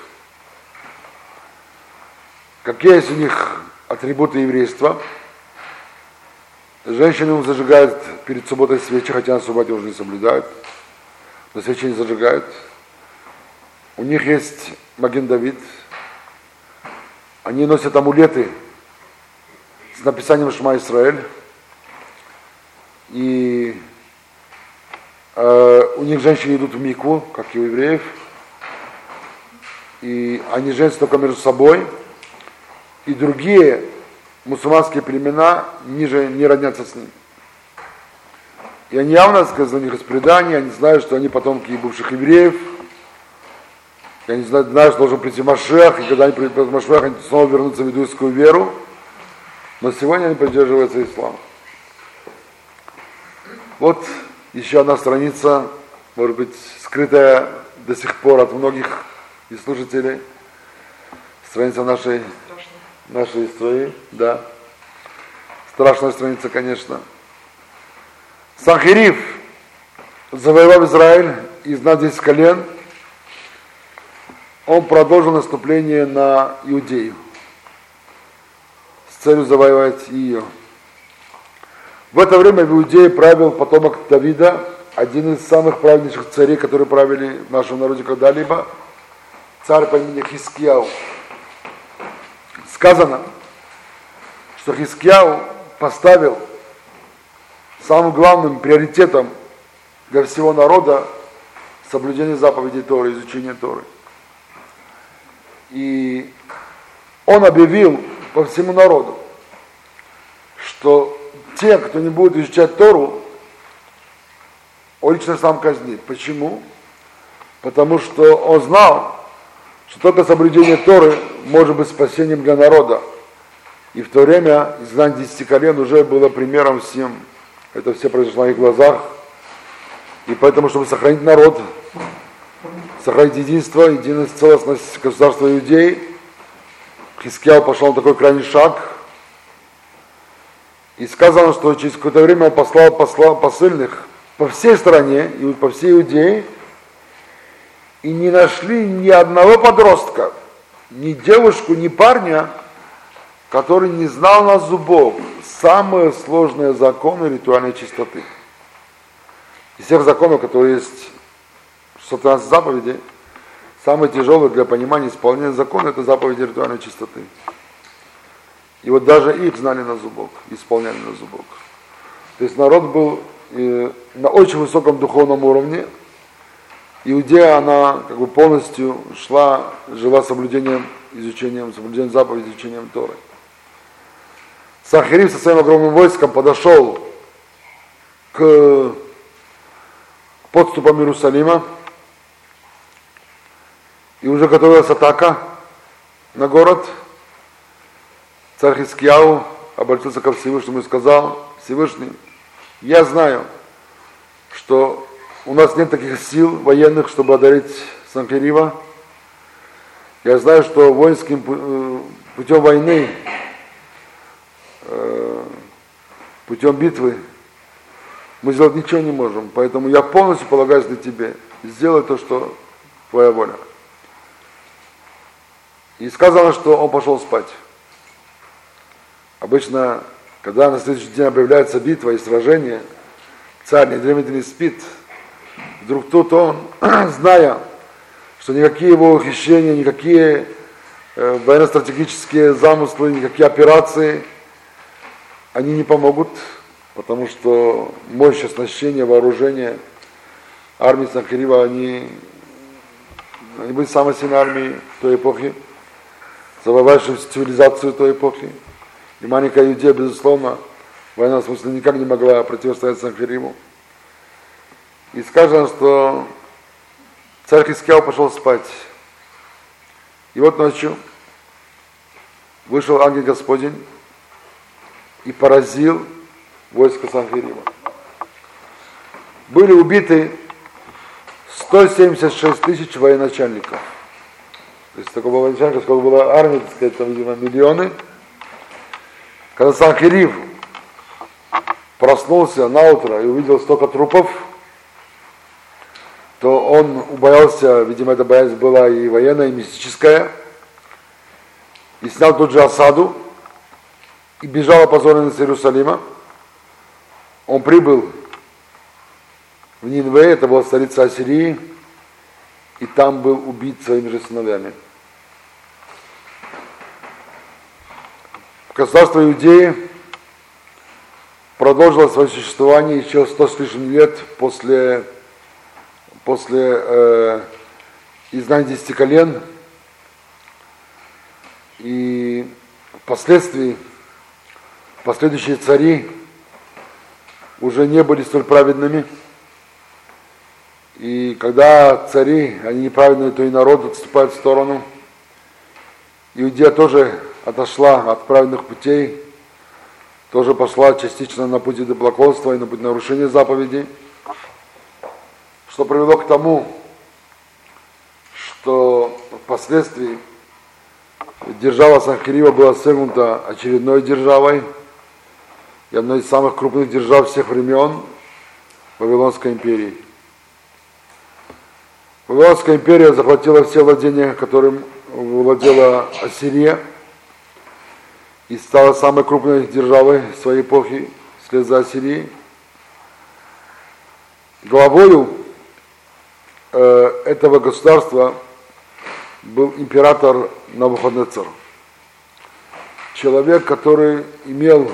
Какие есть у них атрибуты еврейства? Женщины зажигают перед субботой свечи, хотя на субботе уже не соблюдают, но свечи не зажигают. У них есть Маген Давид. Они носят амулеты с написанием Шма Исраэль. И у них женщины идут в микву, как и у евреев. И они женятся только между собой. И другие мусульманские племена не роднятся с ним. И они явно, сказано, у них из преданий, они знают, что они потомки бывших евреев. И они знают, что должен прийти Машиах, и когда они придут Машиах, они снова вернутся в иудейскую веру. Но сегодня они придерживаются ислама. Вот еще одна страница, может быть, скрытая до сих пор от многих из слушателей. Страница нашей истории, да. Страшная страница, конечно. Санхериб, завоевав Израиль и знав 10 колен, он продолжил наступление на Иудею с целью завоевать ее. В это время в Иудее правил потомок Давида, один из самых праведнейших царей, которые правили в нашем народе когда-либо, царь по имени Хискияу. Сказано, что Хискияу поставил самым главным приоритетом для всего народа соблюдение заповедей Торы, изучение Торы. И он объявил по всему народу, что те, кто не будет изучать Тору, он лично сам казнит. Почему? Потому что он знал, что только соблюдение Торы может быть спасением для народа. И в то время изгнание 10 колен уже было примером всем. Это все произошло на их глазах. И поэтому, чтобы сохранить народ, сохранить единство, единость, целостность государства иудеи, Хискияу пошел на такой крайний шаг. И сказано, что через какое-то время он послал посыльных по всей стране, и по всей Иудее, и не нашли ни одного подростка, ни девушку, ни парня, который не знал на зубок самые сложные законы ритуальной чистоты. Из всех законов, которые есть 613 заповедей, самый тяжелый для понимания исполнения закона — это заповеди ритуальной чистоты. И вот даже их знали на зубок, исполняли на зубок. То есть народ был на очень высоком духовном уровне. Иудея, она как бы полностью жила соблюдением заповедей, изучением Торы. Санхериб со своим огромным войском подошел к подступам Иерусалима, и уже готовилась атака на город. Царь Хискияу обратился ко Всевышнему и сказал: Всевышний, я знаю, что у нас нет таких сил военных, чтобы одолеть Санхериба. Я знаю, что воинским путем войны, путем битвы мы сделать ничего не можем. Поэтому я полностью полагаюсь на тебе. Сделай то, что твоя воля. И сказано, что он пошел спать. Обычно, когда на следующий день объявляется битва и сражение, царь не дремлет и не спит. Вдруг тут он, зная, что никакие его ухищрения, никакие военно-стратегические замыслы, никакие операции, они не помогут, потому что мощь оснащения, вооружения армии Санхериба, они были самой сильной армией той эпохи, завоевавшей цивилизацию той эпохи. И маленькая Иудея, безусловно, в военном смысле никак не могла противостоять Санхерибу. И сказано, что царь Хискияу пошел спать. И вот ночью вышел ангел Господень и поразил войско Санхериба. Были убиты 176 тысяч военачальников. То есть такого военачальника, сколько была армия, так сказать, там, видимо, миллионы. Когда Санхериб проснулся на утро и увидел столько трупов, то он убоялся, видимо, эта боязнь была и военная, и мистическая, и снял тут же осаду, и бежал опозоренный с Иерусалима. Он прибыл в Нинве, это была столица Ассирии, и там был убит своими же сыновьями. Государство Иудеи продолжило свое существование еще 100 с лишним лет после изгнания 10 колен. И впоследствии последующие цари уже не были столь праведными. И когда цари, они неправедные, то и народ отступает в сторону. Иудея тоже отошла от праведных путей, тоже пошла частично на путь идолопоклонства и на путь нарушения заповедей, что привело к тому, что впоследствии держава Санхериба была свергнута очередной державой, и одной из самых крупных держав всех времен — Вавилонской империи. Вавилонская империя захватила все владения, которым владела Ассирия, и стала самой крупной державой своей эпохи вслед за Ассирией. Главою этого государства был император Навуходоносор. Человек, который имел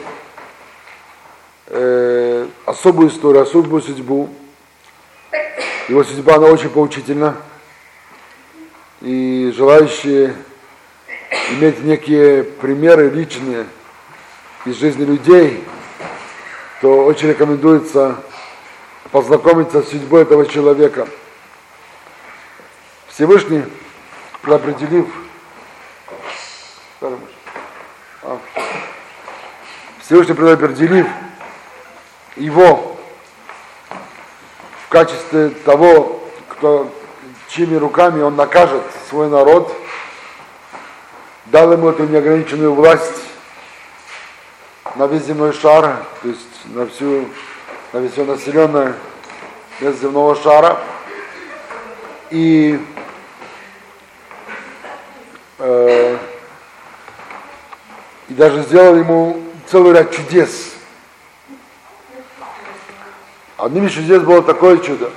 особую историю, особую судьбу. Его судьба, она очень поучительна. И желающие иметь некие примеры личные из жизни людей, то очень рекомендуется познакомиться с судьбой этого человека. Всевышний, предопределив его в качестве того, чьими руками он накажет свой народ, дал ему эту неограниченную власть на весь земной шар, то есть на все населенное место земного шара, и даже сделал ему целый ряд чудес. Одним из чудес было такое чудо.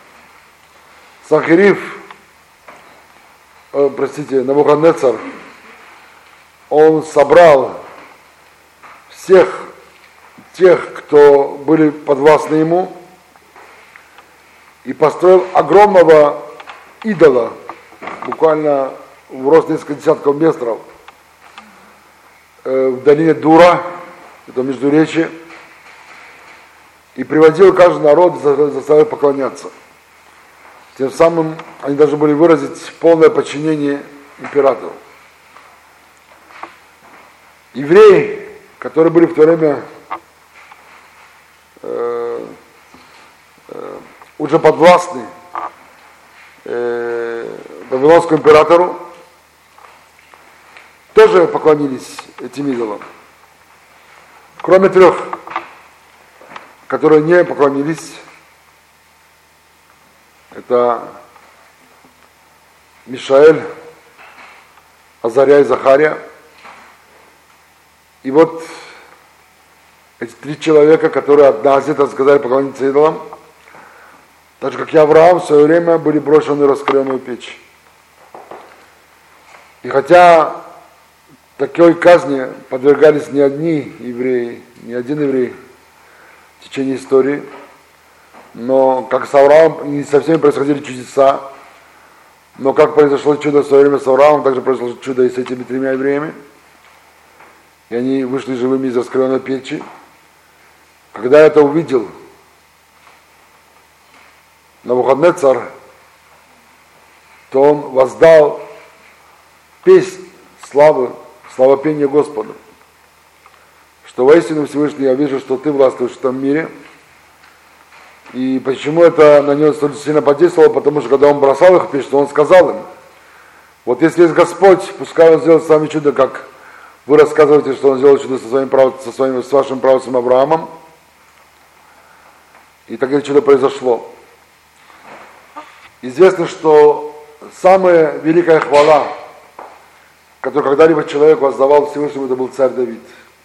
Навуходоносор, он собрал всех тех, кто были подвластны ему, и построил огромного идола, буквально в рост несколько десятков метров, в долине Дура, это Междуречье, и приводил каждый народ, заставил поклоняться. Тем самым они должны были выразить полное подчинение императору. Евреи, которые были в то время уже подвластны вавилонскому императору, тоже поклонились этим идолам. Кроме 3, которые не поклонились, это Мишаэль, Азария и Захария. И вот эти 3 человека, которые от нас это сказали поклониться идолам, так же как и Авраам, в свое время были брошены в раскаленную печь. И хотя такой казни подвергались не одни евреи, не один еврей в течение истории, но как с Авраамом, не со всеми происходили чудеса, но как произошло чудо в свое время с Авраамом, также произошло чудо и с этими 3 евреями. И они вышли живыми из раскаленной печи. Когда я это увидел, Навуходоносор, то он воздал песнь славопение Господу, что воистину Всевышний, я вижу, что ты властвуешь в этом мире. И почему это на него столь сильно подействовало? Потому что когда он бросал их в печь, то он сказал им: вот если есть Господь, пускай он сделает с вами чудо, как вы рассказываете, что он сделал чудо с вашим праотцом Авраамом. И такое чудо произошло. Известно, что самая великая хвала, которую когда-либо человек воздавал Всевышнему, это был царь Давид.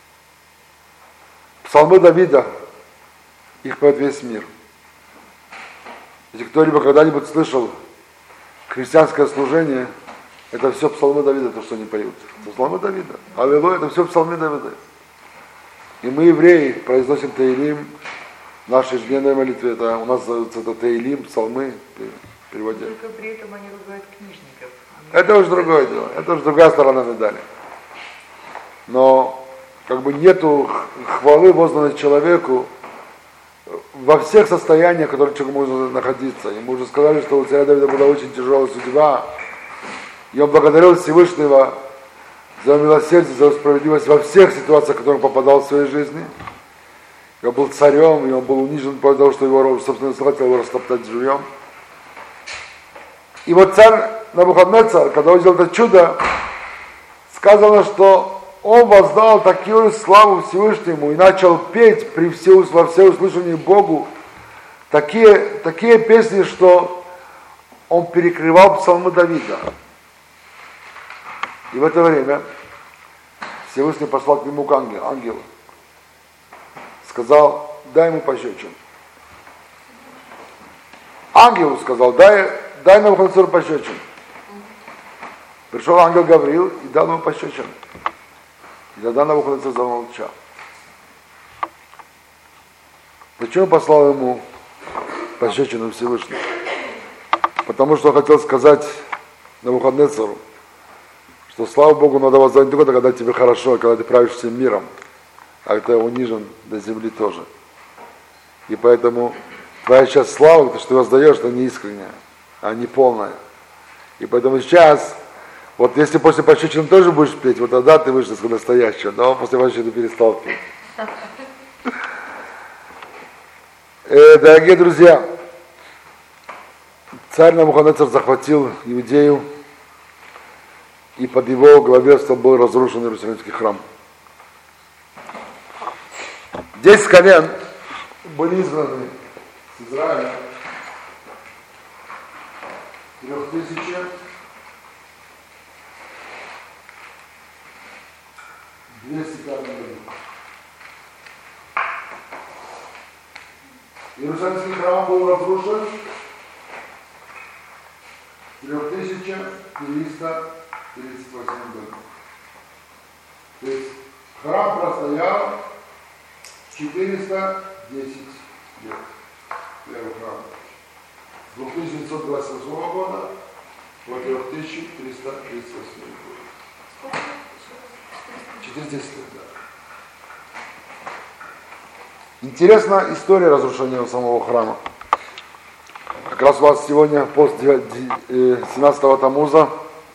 Псалмы Давида, их поет весь мир. Если кто-либо когда-нибудь слышал христианское служение, это все псалмы Давида, то, что они поют. Это псалмы Давида. Аллилуйя, это все псалмы Давида. И мы, евреи, произносим Теилим в нашей ежедневной молитве. Это у нас зовется это Теилим, псалмы, переводя. Только при этом они ругают книжников. Это уже другое дело, это уже другая сторона медали. Но как бы нету хвалы, возданной человеку, во всех состояниях, в которых человек может находиться. И мы уже сказали, что у царя Давида была очень тяжелая судьба, и он благодарил Всевышнего за его милосердие, за его справедливость во всех ситуациях, в которые он попадал в своей жизни. И он был царем, и он был унижен после того, что его, собственно, хотел его растоптать живьем. И вот царь Навуходоносор, когда он сделал это чудо, сказано, что он воздал такую славу Всевышнему и начал петь во всеуслышании Богу такие песни, что он перекрывал псалмы Давида. И в это время Всевышний послал к нему к ангелу. Сказал: дай ему пощечину. Ангелу сказал: дай Навуходоносору пощечину. Пришел ангел Гавриил и дал ему пощечину. И тогда Навуходоносор замолчал. Почему послал ему пощечину Всевышний? Потому что он хотел сказать Навуходоносору, что слава Богу надо воззвать только когда тебе хорошо, когда ты правишь всем миром, а когда ты унижен до земли тоже. И поэтому твоя сейчас слава, то, что ты воздаешь, это не искренняя, а не полная. И поэтому сейчас, вот если после пощечины тоже будешь петь, вот тогда ты вышел к настоящему, но после пощечины перестал петь. Дорогие друзья, царь Навуходоносор захватил Иудею, и под его главенством был разрушен Иерусалимский храм. 10 колен были изгнаны с Израиля. 3000. 205 году. Иерусалимский храм был разрушен в 3338 году. То есть храм простоял 410 лет. Первый храм. С 2928 года по 3338 год. 410 лет, да. Интересна история разрушения самого храма. Как раз у вас сегодня пост 17-го Тамуза,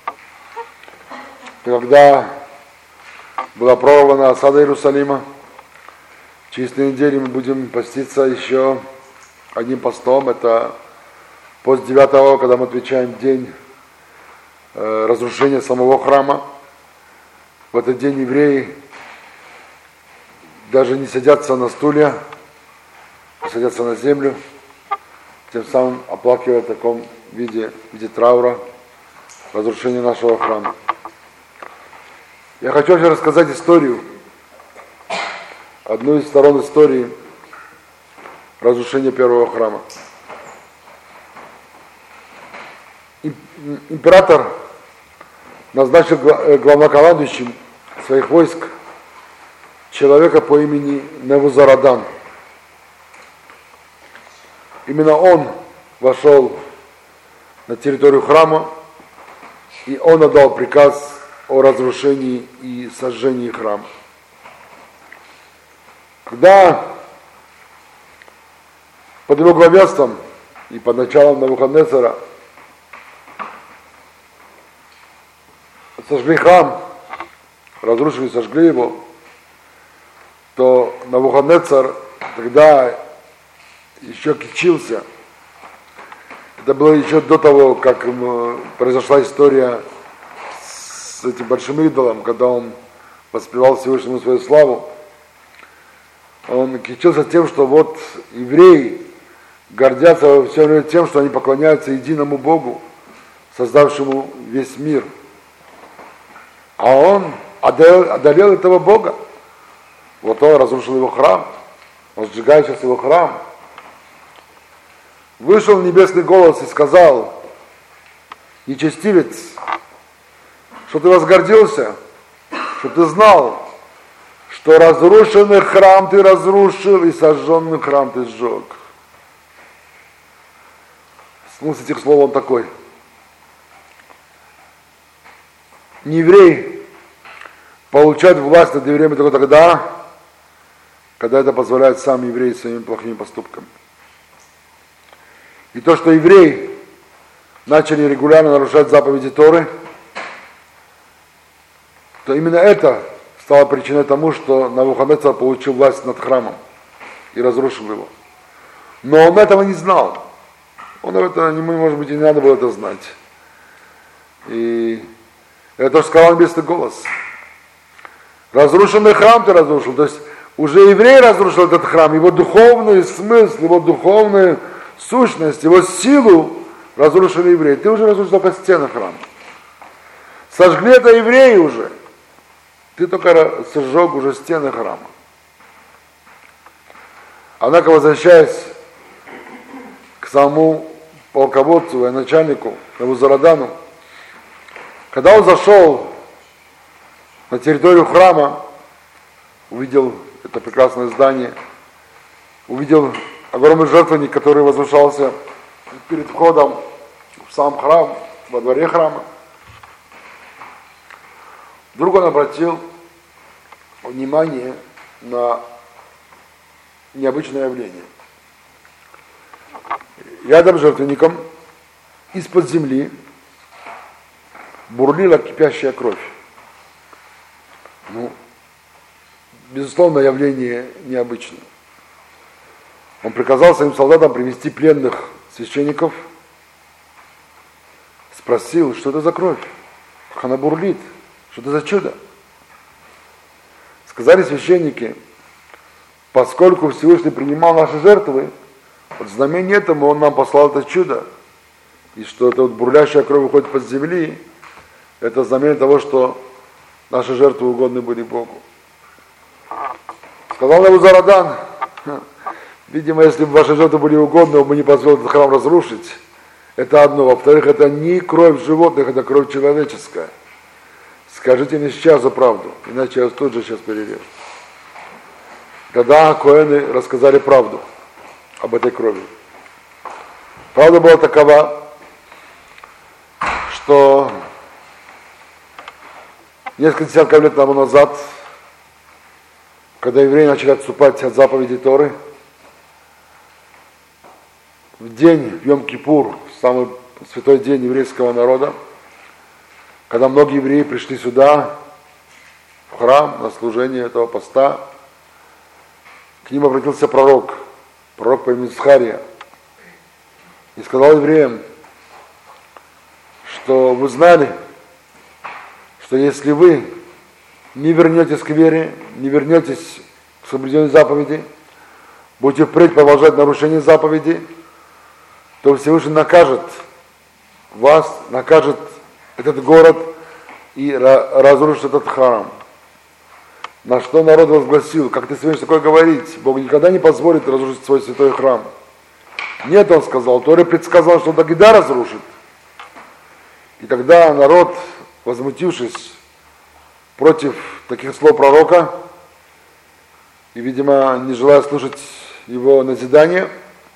когда была прорвана осада Иерусалима. Через 3 недели мы будем поститься еще одним постом. Это пост 9-го, когда мы отмечаем день разрушения самого храма. В этот день евреи даже не садятся на стулья, садятся на землю, тем самым оплакивая в таком виде траура разрушения нашего храма. Я хочу вообще рассказать историю, одну из сторон истории разрушения первого храма. Император назначил главнокомандующим своих войск человека по имени Навузарадан. Именно он вошел на территорию храма, и он отдал приказ о разрушении и сожжении храма. Когда под его главенством и под началом Навуходоносора сожгли храм, разрушили, сожгли его, то Навуходоносор тогда еще кичился. Это было еще до того, как произошла история с этим большим идолом, когда он воспевал Всевышнему свою славу. Он кичился тем, что вот евреи гордятся во все время тем, что они поклоняются единому Богу, создавшему весь мир. А он одолел этого Бога. Вот он разрушил его храм, он сжигает сейчас его храм. Вышел небесный голос и сказал: нечестивец, что ты возгордился, что ты знал, что разрушенный храм ты разрушил и сожженный храм ты сжег. Смысл этих слов он такой: не еврей получает власть над евреями только тогда, когда это позволяет сам еврей своими плохими поступками. И то, что евреи начали регулярно нарушать заповеди Торы, то именно это стало причиной тому, что Навуходоносор получил власть над храмом и разрушил его. Но он этого не знал. Ему, может быть, и не надо было это знать. И это тоже сказал небесный голос. Разрушенный храм ты разрушил. То есть уже еврей разрушил этот храм, его духовный смысл, его духовную сущность, его силу разрушили евреи. Ты уже разрушил только стены храма. Сожгли это евреи уже. Ты только сожег уже стены храма. Однако, возвращаясь к самому полководцу, военачальнику Навузарадану, когда он зашел на территорию храма, увидел это прекрасное здание, увидел огромный жертвенник, который возвышался перед входом в сам храм, во дворе храма. Вдруг он обратил внимание на необычное явление. Рядом с жертвенником из-под земли бурлила кипящая кровь. Безусловно, явление необычное. Он приказал своим солдатам привести пленных священников, спросил, что это за кровь, как она бурлит, что это за чудо. Сказали священники, поскольку Всевышний принимал наши жертвы, вот в знамение этому он нам послал это чудо, и что эта вот бурлящая кровь выходит под земли, это знамение того, что наши жертвы угодны были Богу. Сказал Навузарадан, видимо, если бы ваши жертвы были угодны, он бы не позволил этот храм разрушить. Это одно. Во-вторых, это не кровь животных, это кровь человеческая. Скажите мне сейчас за правду, иначе я вас тут же сейчас перережу. Тогда коэны рассказали правду об этой крови. Правда была такова, что несколько десятков лет тому назад, когда евреи начали отступать от заповедей Торы, в день Йом-Кипур, самый святой день еврейского народа, когда многие евреи пришли сюда, в храм, на служение этого поста, к ним обратился пророк по имени Захария, и сказал евреям, что вы знали, что если вы не вернетесь к вере, не вернетесь к соблюдению заповеди, будете впредь продолжать нарушение заповеди, то Всевышний накажет вас, накажет этот город и разрушит этот храм. На что народ возгласил, как ты смеешь такое говорить, Бог никогда не позволит разрушить свой святой храм. Нет, он сказал, Тора предсказал, что он тогда разрушит. И тогда народ, возмутившись против таких слов пророка, и, видимо, не желая слушать его назидания,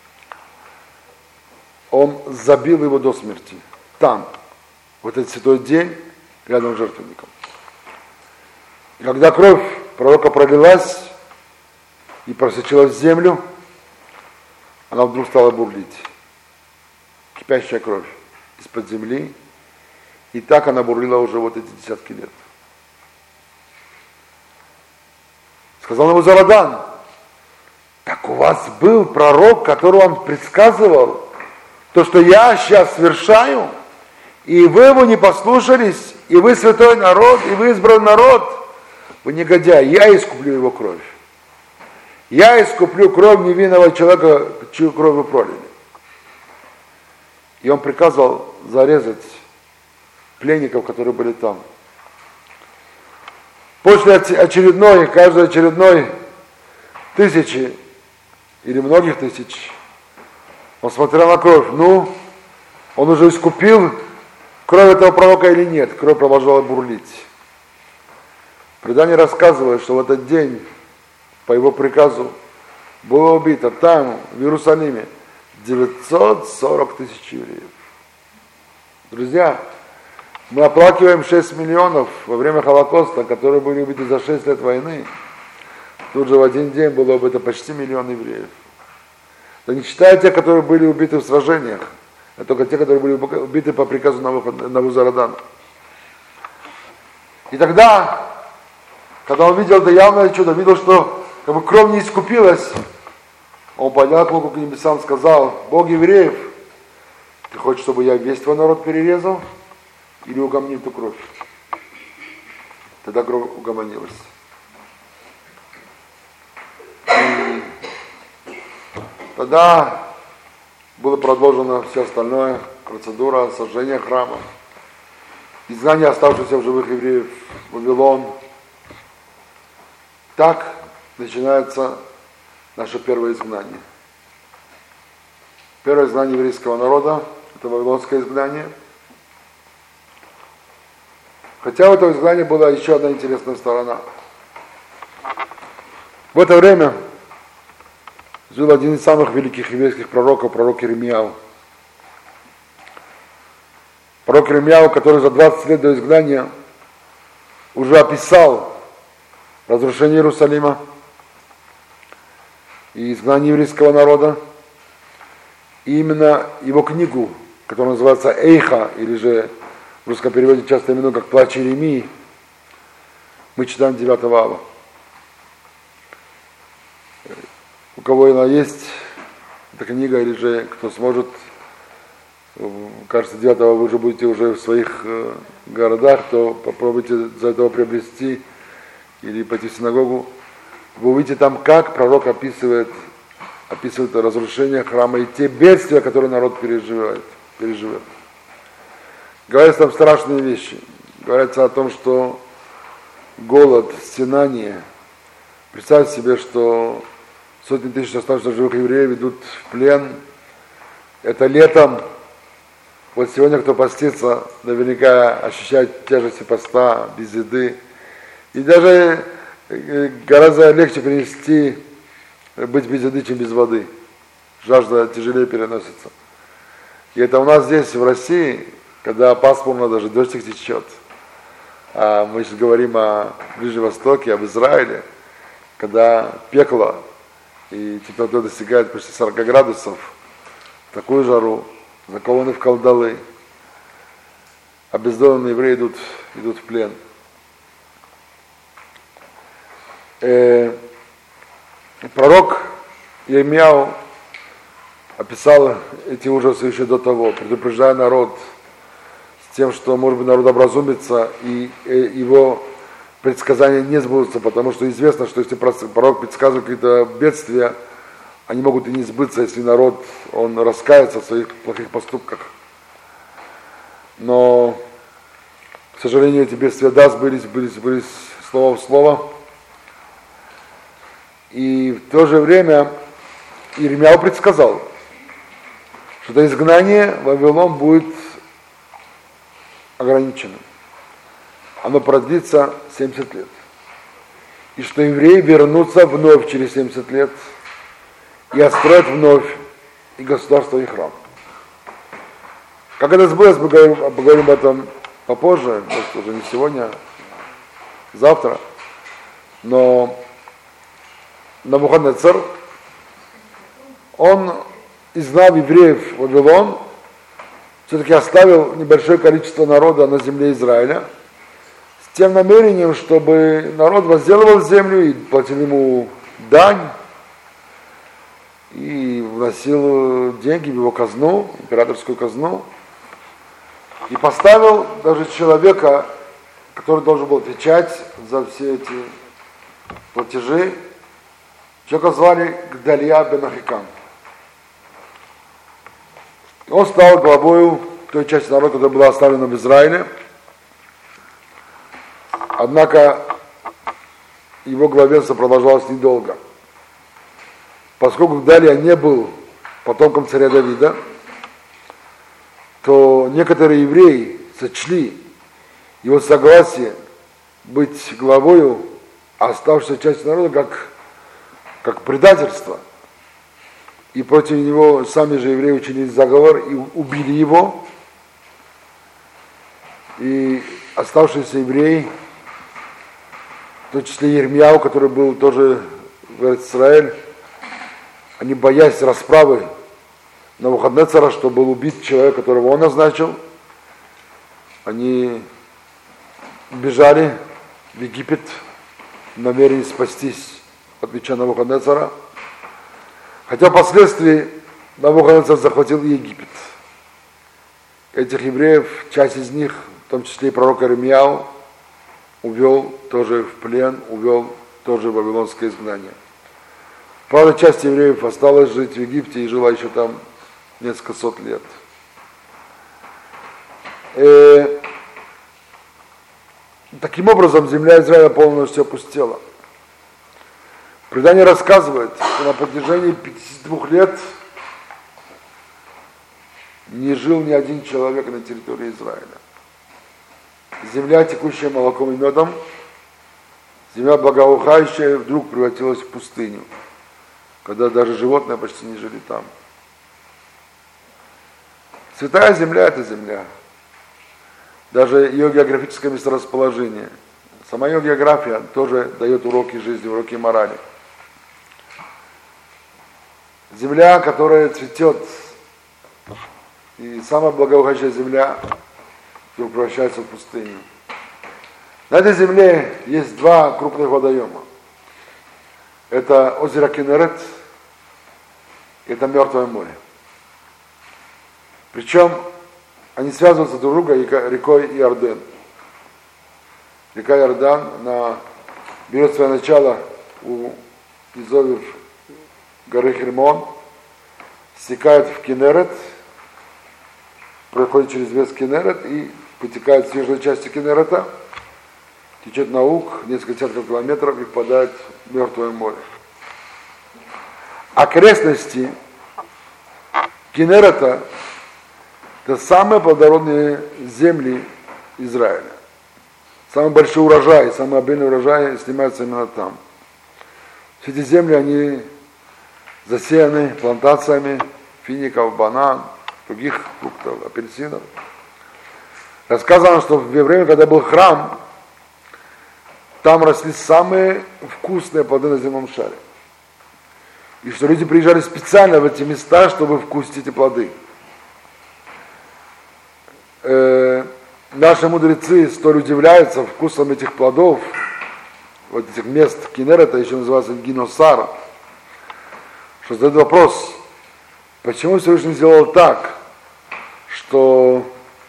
он забил его до смерти. Там, в этот святой день, рядом с жертвенником. И когда кровь пророка пролилась и просочилась в землю, она вдруг стала бурлить. Кипящая кровь из-под земли. И так она бурлила уже вот эти десятки лет. Сказал ему Зарадан, так у вас был пророк, который вам предсказывал то, что я сейчас совершаю, и вы его не послушались, и вы святой народ, и вы избранный народ, вы негодяй, я искуплю его кровь. Я искуплю кровь невинного человека, чью кровь вы пролили. И он приказал зарезать пленников, которые были там. После каждой очередной тысячи или многих тысяч, он смотрел на кровь. Он уже искупил кровь этого пророка или нет? Кровь продолжала бурлить. Предание рассказывает, что в этот день, по его приказу, было убито там, в Иерусалиме, 940 тысяч евреев. Друзья, мы оплакиваем 6 миллионов во время Холокоста, которые были убиты за 6 лет войны. Тут же в один день было убито почти 1 миллион евреев. Да не считая тех, которые были убиты в сражениях, а только те, которые были убиты по приказу Навузарадана. И тогда, когда он видел это явное чудо, видел, что как бы кровь не искупилась, он поднял руку к небесам и сказал, Бог евреев, ты хочешь, чтобы я весь твой народ перерезал? Или угомни эту кровь? Тогда кровь угомонилась. И тогда было продолжено все остальное, процедура сожжения храма, изгнание оставшихся в живых евреев в Вавилон. Так начинается наше первое изгнание. Первое изгнание еврейского народа – это вавилонское изгнание. Хотя в этом изгнании была еще одна интересная сторона. В это время жил один из самых великих еврейских пророков, пророк Иеремияу. Пророк Иеремияу, который за 20 лет до изгнания уже описал разрушение Иерусалима и изгнание еврейского народа. И именно его книгу, которая называется «Эйха», или же в русском переводе часто именуют как «Плач Иеремии», мы читаем 9 ава. У кого она есть, эта книга, или же кто сможет, кажется, 9 ава вы уже будете уже в своих городах, то попробуйте за этого приобрести или пойти в синагогу. Вы увидите там, как пророк описывает разрушение храма и те бедствия, которые народ переживет. Говорятся там страшные вещи. Говорится о том, что голод, стенание. Представьте себе, что сотни тысяч оставшихся живых евреев идут в плен. Это летом. Вот сегодня, кто постится, наверняка ощущает тяжести поста, без еды. И даже гораздо легче перенести быть без еды, чем без воды. Жажда тяжелее переносится. И это у нас здесь, в России, когда пасмурно, даже дождик течет. А мы сейчас говорим о Ближнем Востоке, об Израиле, когда пекло, и температура достигает почти 40 градусов, в такую жару, закованы в кандалы, обездоленные евреи идут в плен. Пророк Иеремияу описал эти ужасы еще до того, предупреждая народ с тем, что, может быть, народ образумится, и его предсказания не сбудутся, потому что известно, что если пророк предсказывает какие-то бедствия, они могут и не сбыться, если народ, он раскается в своих плохих поступках. Но, к сожалению, эти бедствия, да, сбылись слово в слово. И в то же время Иеремияу предсказал, что это изгнание в Вавилон будет ограничено. Оно продлится 70 лет. И что евреи вернутся вновь через 70 лет и отстроят вновь и государство, и храм. Как это сбылось, мы поговорим об этом попозже, может, уже не сегодня, а завтра. Но Навуходоносор, он, изгнав евреев в Вавилон, все-таки оставил небольшое количество народа на земле Израиля, с тем намерением, чтобы народ возделывал землю и платил ему дань, и вносил деньги в его казну, императорскую казну, и поставил даже человека, который должен был отвечать за все эти платежи. Человека звали Гдалия бен Ахикам. Он стал главою той части народа, которая была оставлена в Израиле. Однако его главенство продолжалось недолго. Поскольку Гдалия не был потомком царя Давида, то некоторые евреи сочли его согласие быть главою оставшейся части народа как предательство. И против него сами же евреи учинили заговор и убили его. И оставшиеся евреи, в том числе Иеремияу, который был тоже в Израиле, они, боясь расправы Навуходоносора, что был убит человек, которого он назначил, они бежали в Египет в намерении спастись от меча Навуходоносора. Хотя впоследствии Навуходоносор захватил Египет. Этих евреев, часть из них, в том числе и пророк Иеремияу, увел тоже в плен, увел тоже в вавилонское изгнание. Правда, часть евреев осталась жить в Египте и жила еще там несколько сот лет. Таким образом, земля Израиля полностью опустела. Предание рассказывает, что на протяжении 52 лет не жил ни один человек на территории Израиля. Земля, текущая молоком и медом, земля благоухающая, вдруг превратилась в пустыню, когда даже животные почти не жили там. Святая земля – это земля. Даже ее географическое месторасположение Сама ее география тоже дает уроки жизни, уроки морали. Земля, которая цветет, и самая благоухающая земля вдруг превращается в пустыню. На этой земле есть два крупных водоема. Это озеро Кинерет, и это Мертвое море. Причем они связываются друг с другом рекой Иордан. Река Иордан, она берет свое начало у изовьев горы Хермон, стекает в Кинерет, проходит через весь Кинерет и потекает в южной части Кинерета, течет на юг, несколько десятков километров и впадает в Мертвое море. Окрестности Кинерета – это самые плодородные земли Израиля. Самый большой урожай, самый обильный урожай снимается именно там. Все эти земли, они засеяны плантациями фиников, банан, других фруктов, апельсинов. Рассказано, что в время, когда был храм, там росли самые вкусные плоды на земном шаре. И что люди приезжали специально в эти места, чтобы вкусить эти плоды. Наши мудрецы столь удивляются вкусом этих плодов, вот этих мест Кинерета, еще называется Гиносар, что задают вопрос, почему Всевышний сделал так, что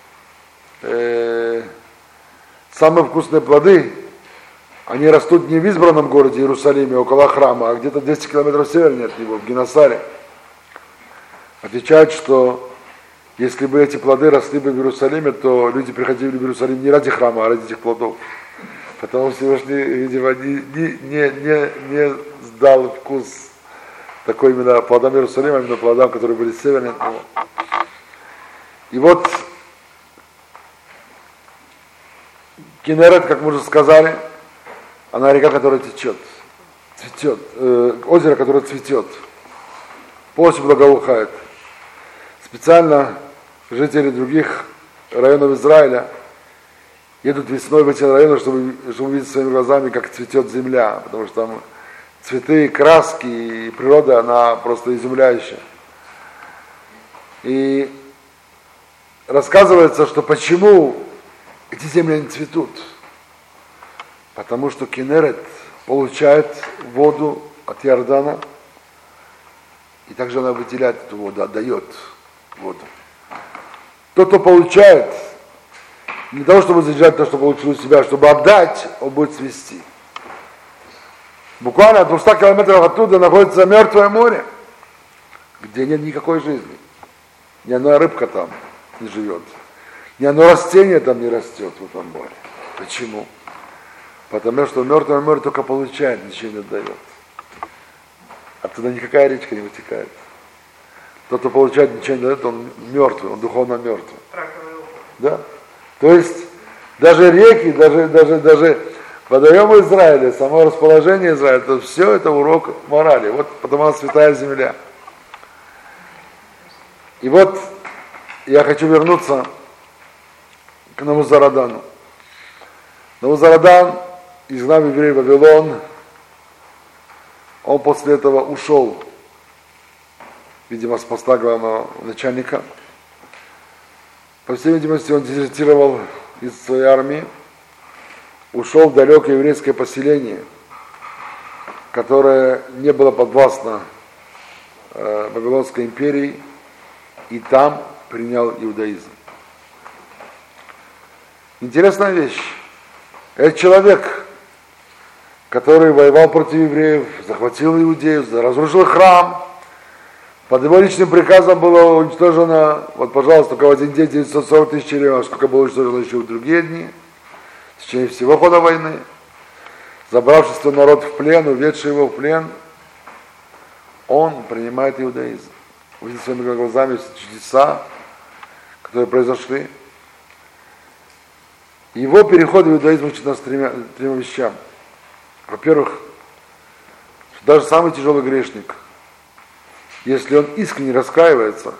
самые вкусные плоды, они растут не в избранном городе Иерусалиме, около храма, а где-то 200 километров севернее от него, в Гиносаре. Отвечают, что если бы эти плоды росли бы в Иерусалиме, то люди приходили в Иерусалим не ради храма, а ради этих плодов. Потому Всевышний, видимо, не сдал вкус такой именно плодам Иерусалима, именно плодам, которые были севернее от него. И вот Кинерет, как мы уже сказали, она река, которая течет, цветет, озеро, которое цветет, полностью благоухает. Специально жители других районов Израиля едут весной в эти районы, чтобы увидеть своими глазами, как цветет земля, потому что там цветы, краски и природа, она просто изумляющая. И рассказывается, что почему эти земли не цветут. Потому что Кинерет получает воду от Иордана, и также она выделяет эту воду, отдает воду. Тот, кто получает, не для того, чтобы задержать то, что получил у себя, чтобы отдать, он будет свести. Буквально в 200 километров оттуда находится Мертвое море, где нет никакой жизни. Ни одна рыбка там не живет. Ни одно растение там не растет в этом море. Почему? Потому что Мертвое море только получает, ничего не отдает. Оттуда никакая речка не вытекает. Тот, кто получает, ничего не дает, он мертвый, он духовно мертвый. Да? То есть даже реки, даже водоемы Израиля, само расположение Израиля, то все это урок морали. Вот потому она святая земля. И вот я хочу вернуться к Навузарадану. Навузарадан, изгнав евреев в Вавилон, он после этого ушел, видимо, с поста главного начальника. По всей видимости, он дезертировал из своей армии, ушел в далекое еврейское поселение, которое не было подвластно Вавилонской империи, и там принял иудаизм. Интересная вещь. Этот человек, который воевал против евреев, захватил иудеев, разрушил храм, под его личным приказом было уничтожено, вот, пожалуйста, только в один день 940 тысяч евреев, сколько было уничтожено еще в другие дни, в течение всего хода войны, забравший свой народ в плен, уведший его в плен, он принимает иудаизм. Увидел своими глазами чудеса, которые произошли. Его переход в иудаизм учит нас тремя вещам. Во-первых, что даже самый тяжелый грешник, если он искренне раскаивается,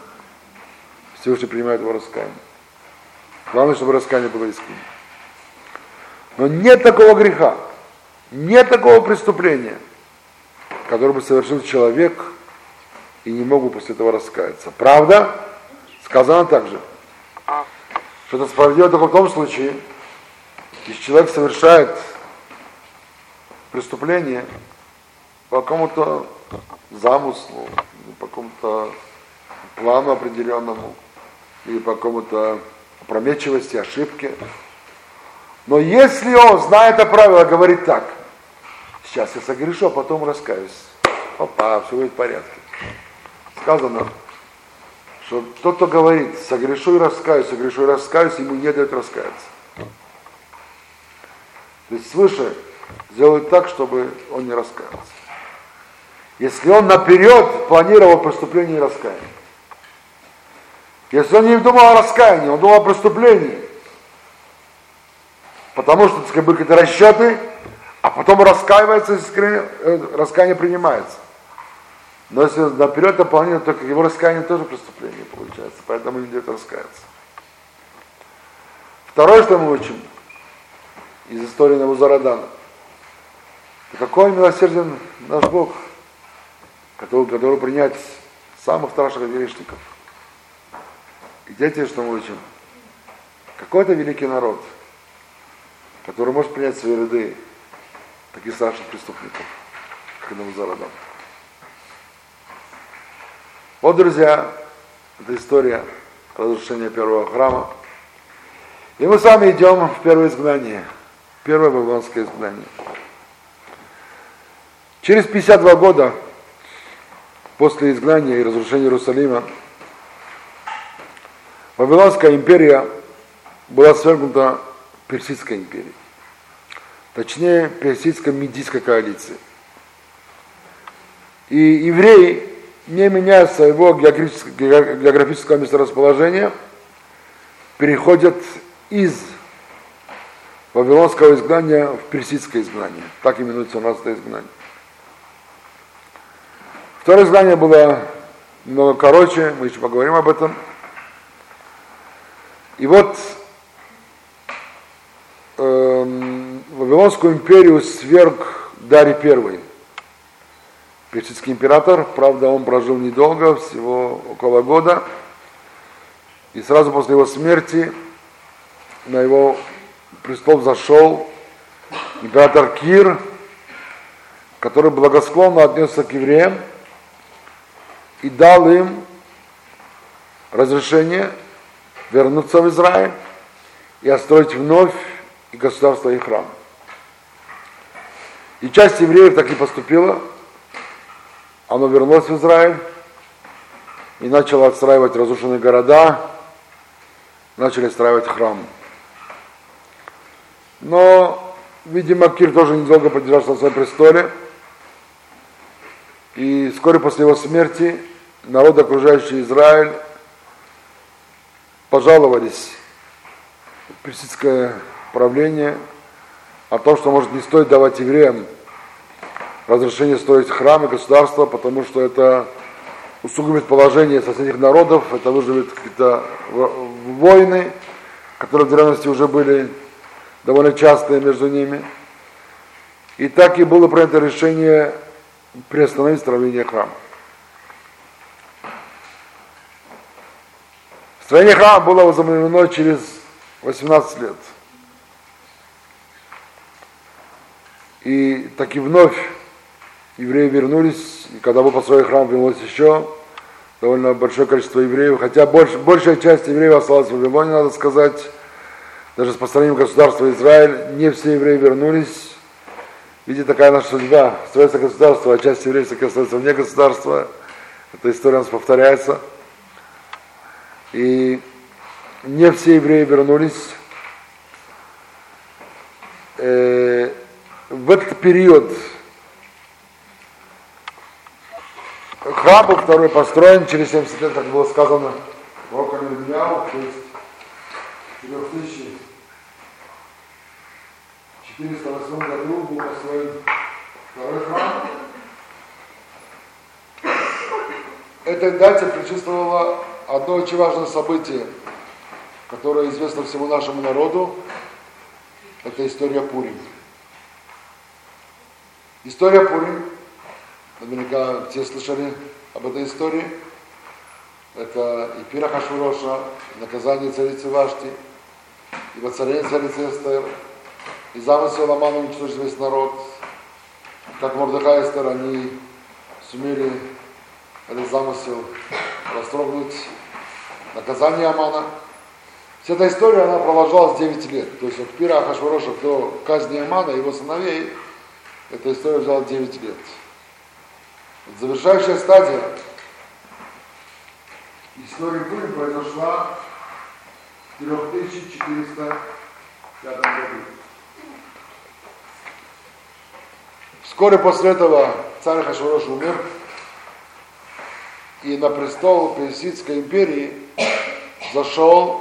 Всевышний принимает его раскаяние. Главное, чтобы раскаяние было искренним. Но нет такого греха, нет такого преступления, которое бы совершил человек и не мог бы после этого раскаяться. Правда? Сказано также, что это справедливо только в том случае, если человек совершает преступление по какому-то замыслу, по какому-то плану определенному, или по какому-то опрометчивости, ошибке. Но если он, зная это правило, говорит так: сейчас я согрешу, а потом раскаюсь. Опа, все будет в порядке. Сказано, что тот, кто говорит, согрешу и раскаюсь, ему не дают раскаяться. То есть свыше сделают так, чтобы он не раскаялся. Если он наперед планировал преступление и раскаяние. Если он не думал о раскаянии, он думал о преступлении. Потому что, так сказать, были какие-то расчеты, а потом раскаивается, и раскаяние принимается. Но если наперед это планировал, то его раскаяние тоже преступление получается, поэтому не идет раскаяться. Второе, что мы учим из истории Навузарадана, какой милосерден наш Бог, который принять самых страшных грешников. И третье, что мы учим, какой-то великий народ, который может принять в свои ряды таких страшных преступников, как Навузарадан. Вот, друзья, это история разрушения первого храма. И мы с вами идем в первое изгнание, первое вавилонское изгнание. Через 52 года после изгнания и разрушения Иерусалима Вавилонская империя была свергнута Персидской империей, точнее Персидско-Медийской коалицией. И евреи, не меняя своего географического месторасположения, переходят из Вавилонского изгнания в Персидское изгнание. Так именуется у нас это изгнание. Второе изгнание было немного короче, мы еще поговорим об этом. И вот Вавилонскую империю сверг Дарий I, персидский император. Правда, он прожил недолго, всего около года. И сразу после его смерти на его престол зашел император Кир, который благосклонно отнесся к евреям и дал им разрешение вернуться в Израиль и отстроить вновь и государство, и храм. И часть евреев так и поступила. Оно вернулось в Израиль и начало отстраивать разрушенные города, начали отстраивать храм. Но, видимо, Кир тоже недолго поддержался на своем престоле. И вскоре после его смерти народ, окружающий Израиль, пожаловались в персидское правление о том, что, может, не стоит давать евреям разрешение строить храм и государство, потому что это усугубит положение соседних народов, это вызовет какие-то войны, которые в древности уже были довольно частые между ними. И так и было принято решение приостановить строение храма. Строение храма было возобновлено через 18 лет. И так и вновь евреи вернулись, и когда был построен храм, вернулось еще довольно большое количество евреев, хотя большая часть евреев осталась в Вавилоне, надо сказать. Даже с построением государства Израиль не все евреи вернулись. Видите, такая наша судьба. Строится государство, а часть евреев таки остается вне государства. Эта история у нас повторяется. И не все евреи вернулись. В этот период храм был второй построен через 70 лет, как было сказано, пророком Ирмияу, то есть в 408 году был построен второй храм. Этой дате предшествовало одно очень важное событие, которое известно всему нашему народу. это история Пурим. История Пурим, наверняка все слышали об этой истории. Это и пир Ахашвироша, и наказание царицы Вашти, и воцарение царицы Эстер, и замысел Амана уничтожить весь народ. Как Мордехай и Эстер, они сумели этот замысел растрогнуть, наказание Амана. Вся эта история, она продолжалась 9 лет. То есть от пира Ахашвироша до казни Амана и его сыновей, эта история взяла 9 лет. Завершающая стадия истории Пурим произошла в 3405 году. Вскоре после этого царь Ахашвирош умер, и на престол Персидской империи зашел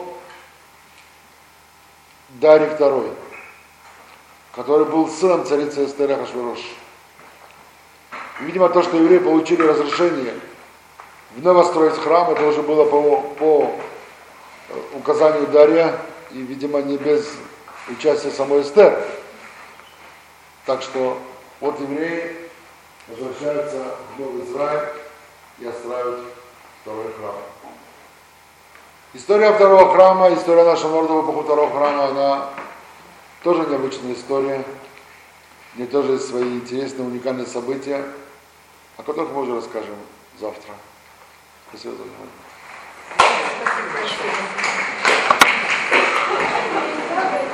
Дарий II, который был сыном царицы Эстер Ахашвирош. Видимо, то, что евреи получили разрешение вновь строить храм, это уже было по указанию Дария, и, видимо, не без участия самой Эстер. Так что вот евреи возвращаются в Новый Израиль и отстраивают второй храм. История второго храма, история нашего народа в эпоху второго храма, она тоже необычная история. В ней тоже есть свои интересные, уникальные события, о которых мы уже расскажем завтра. Спасибо за внимание.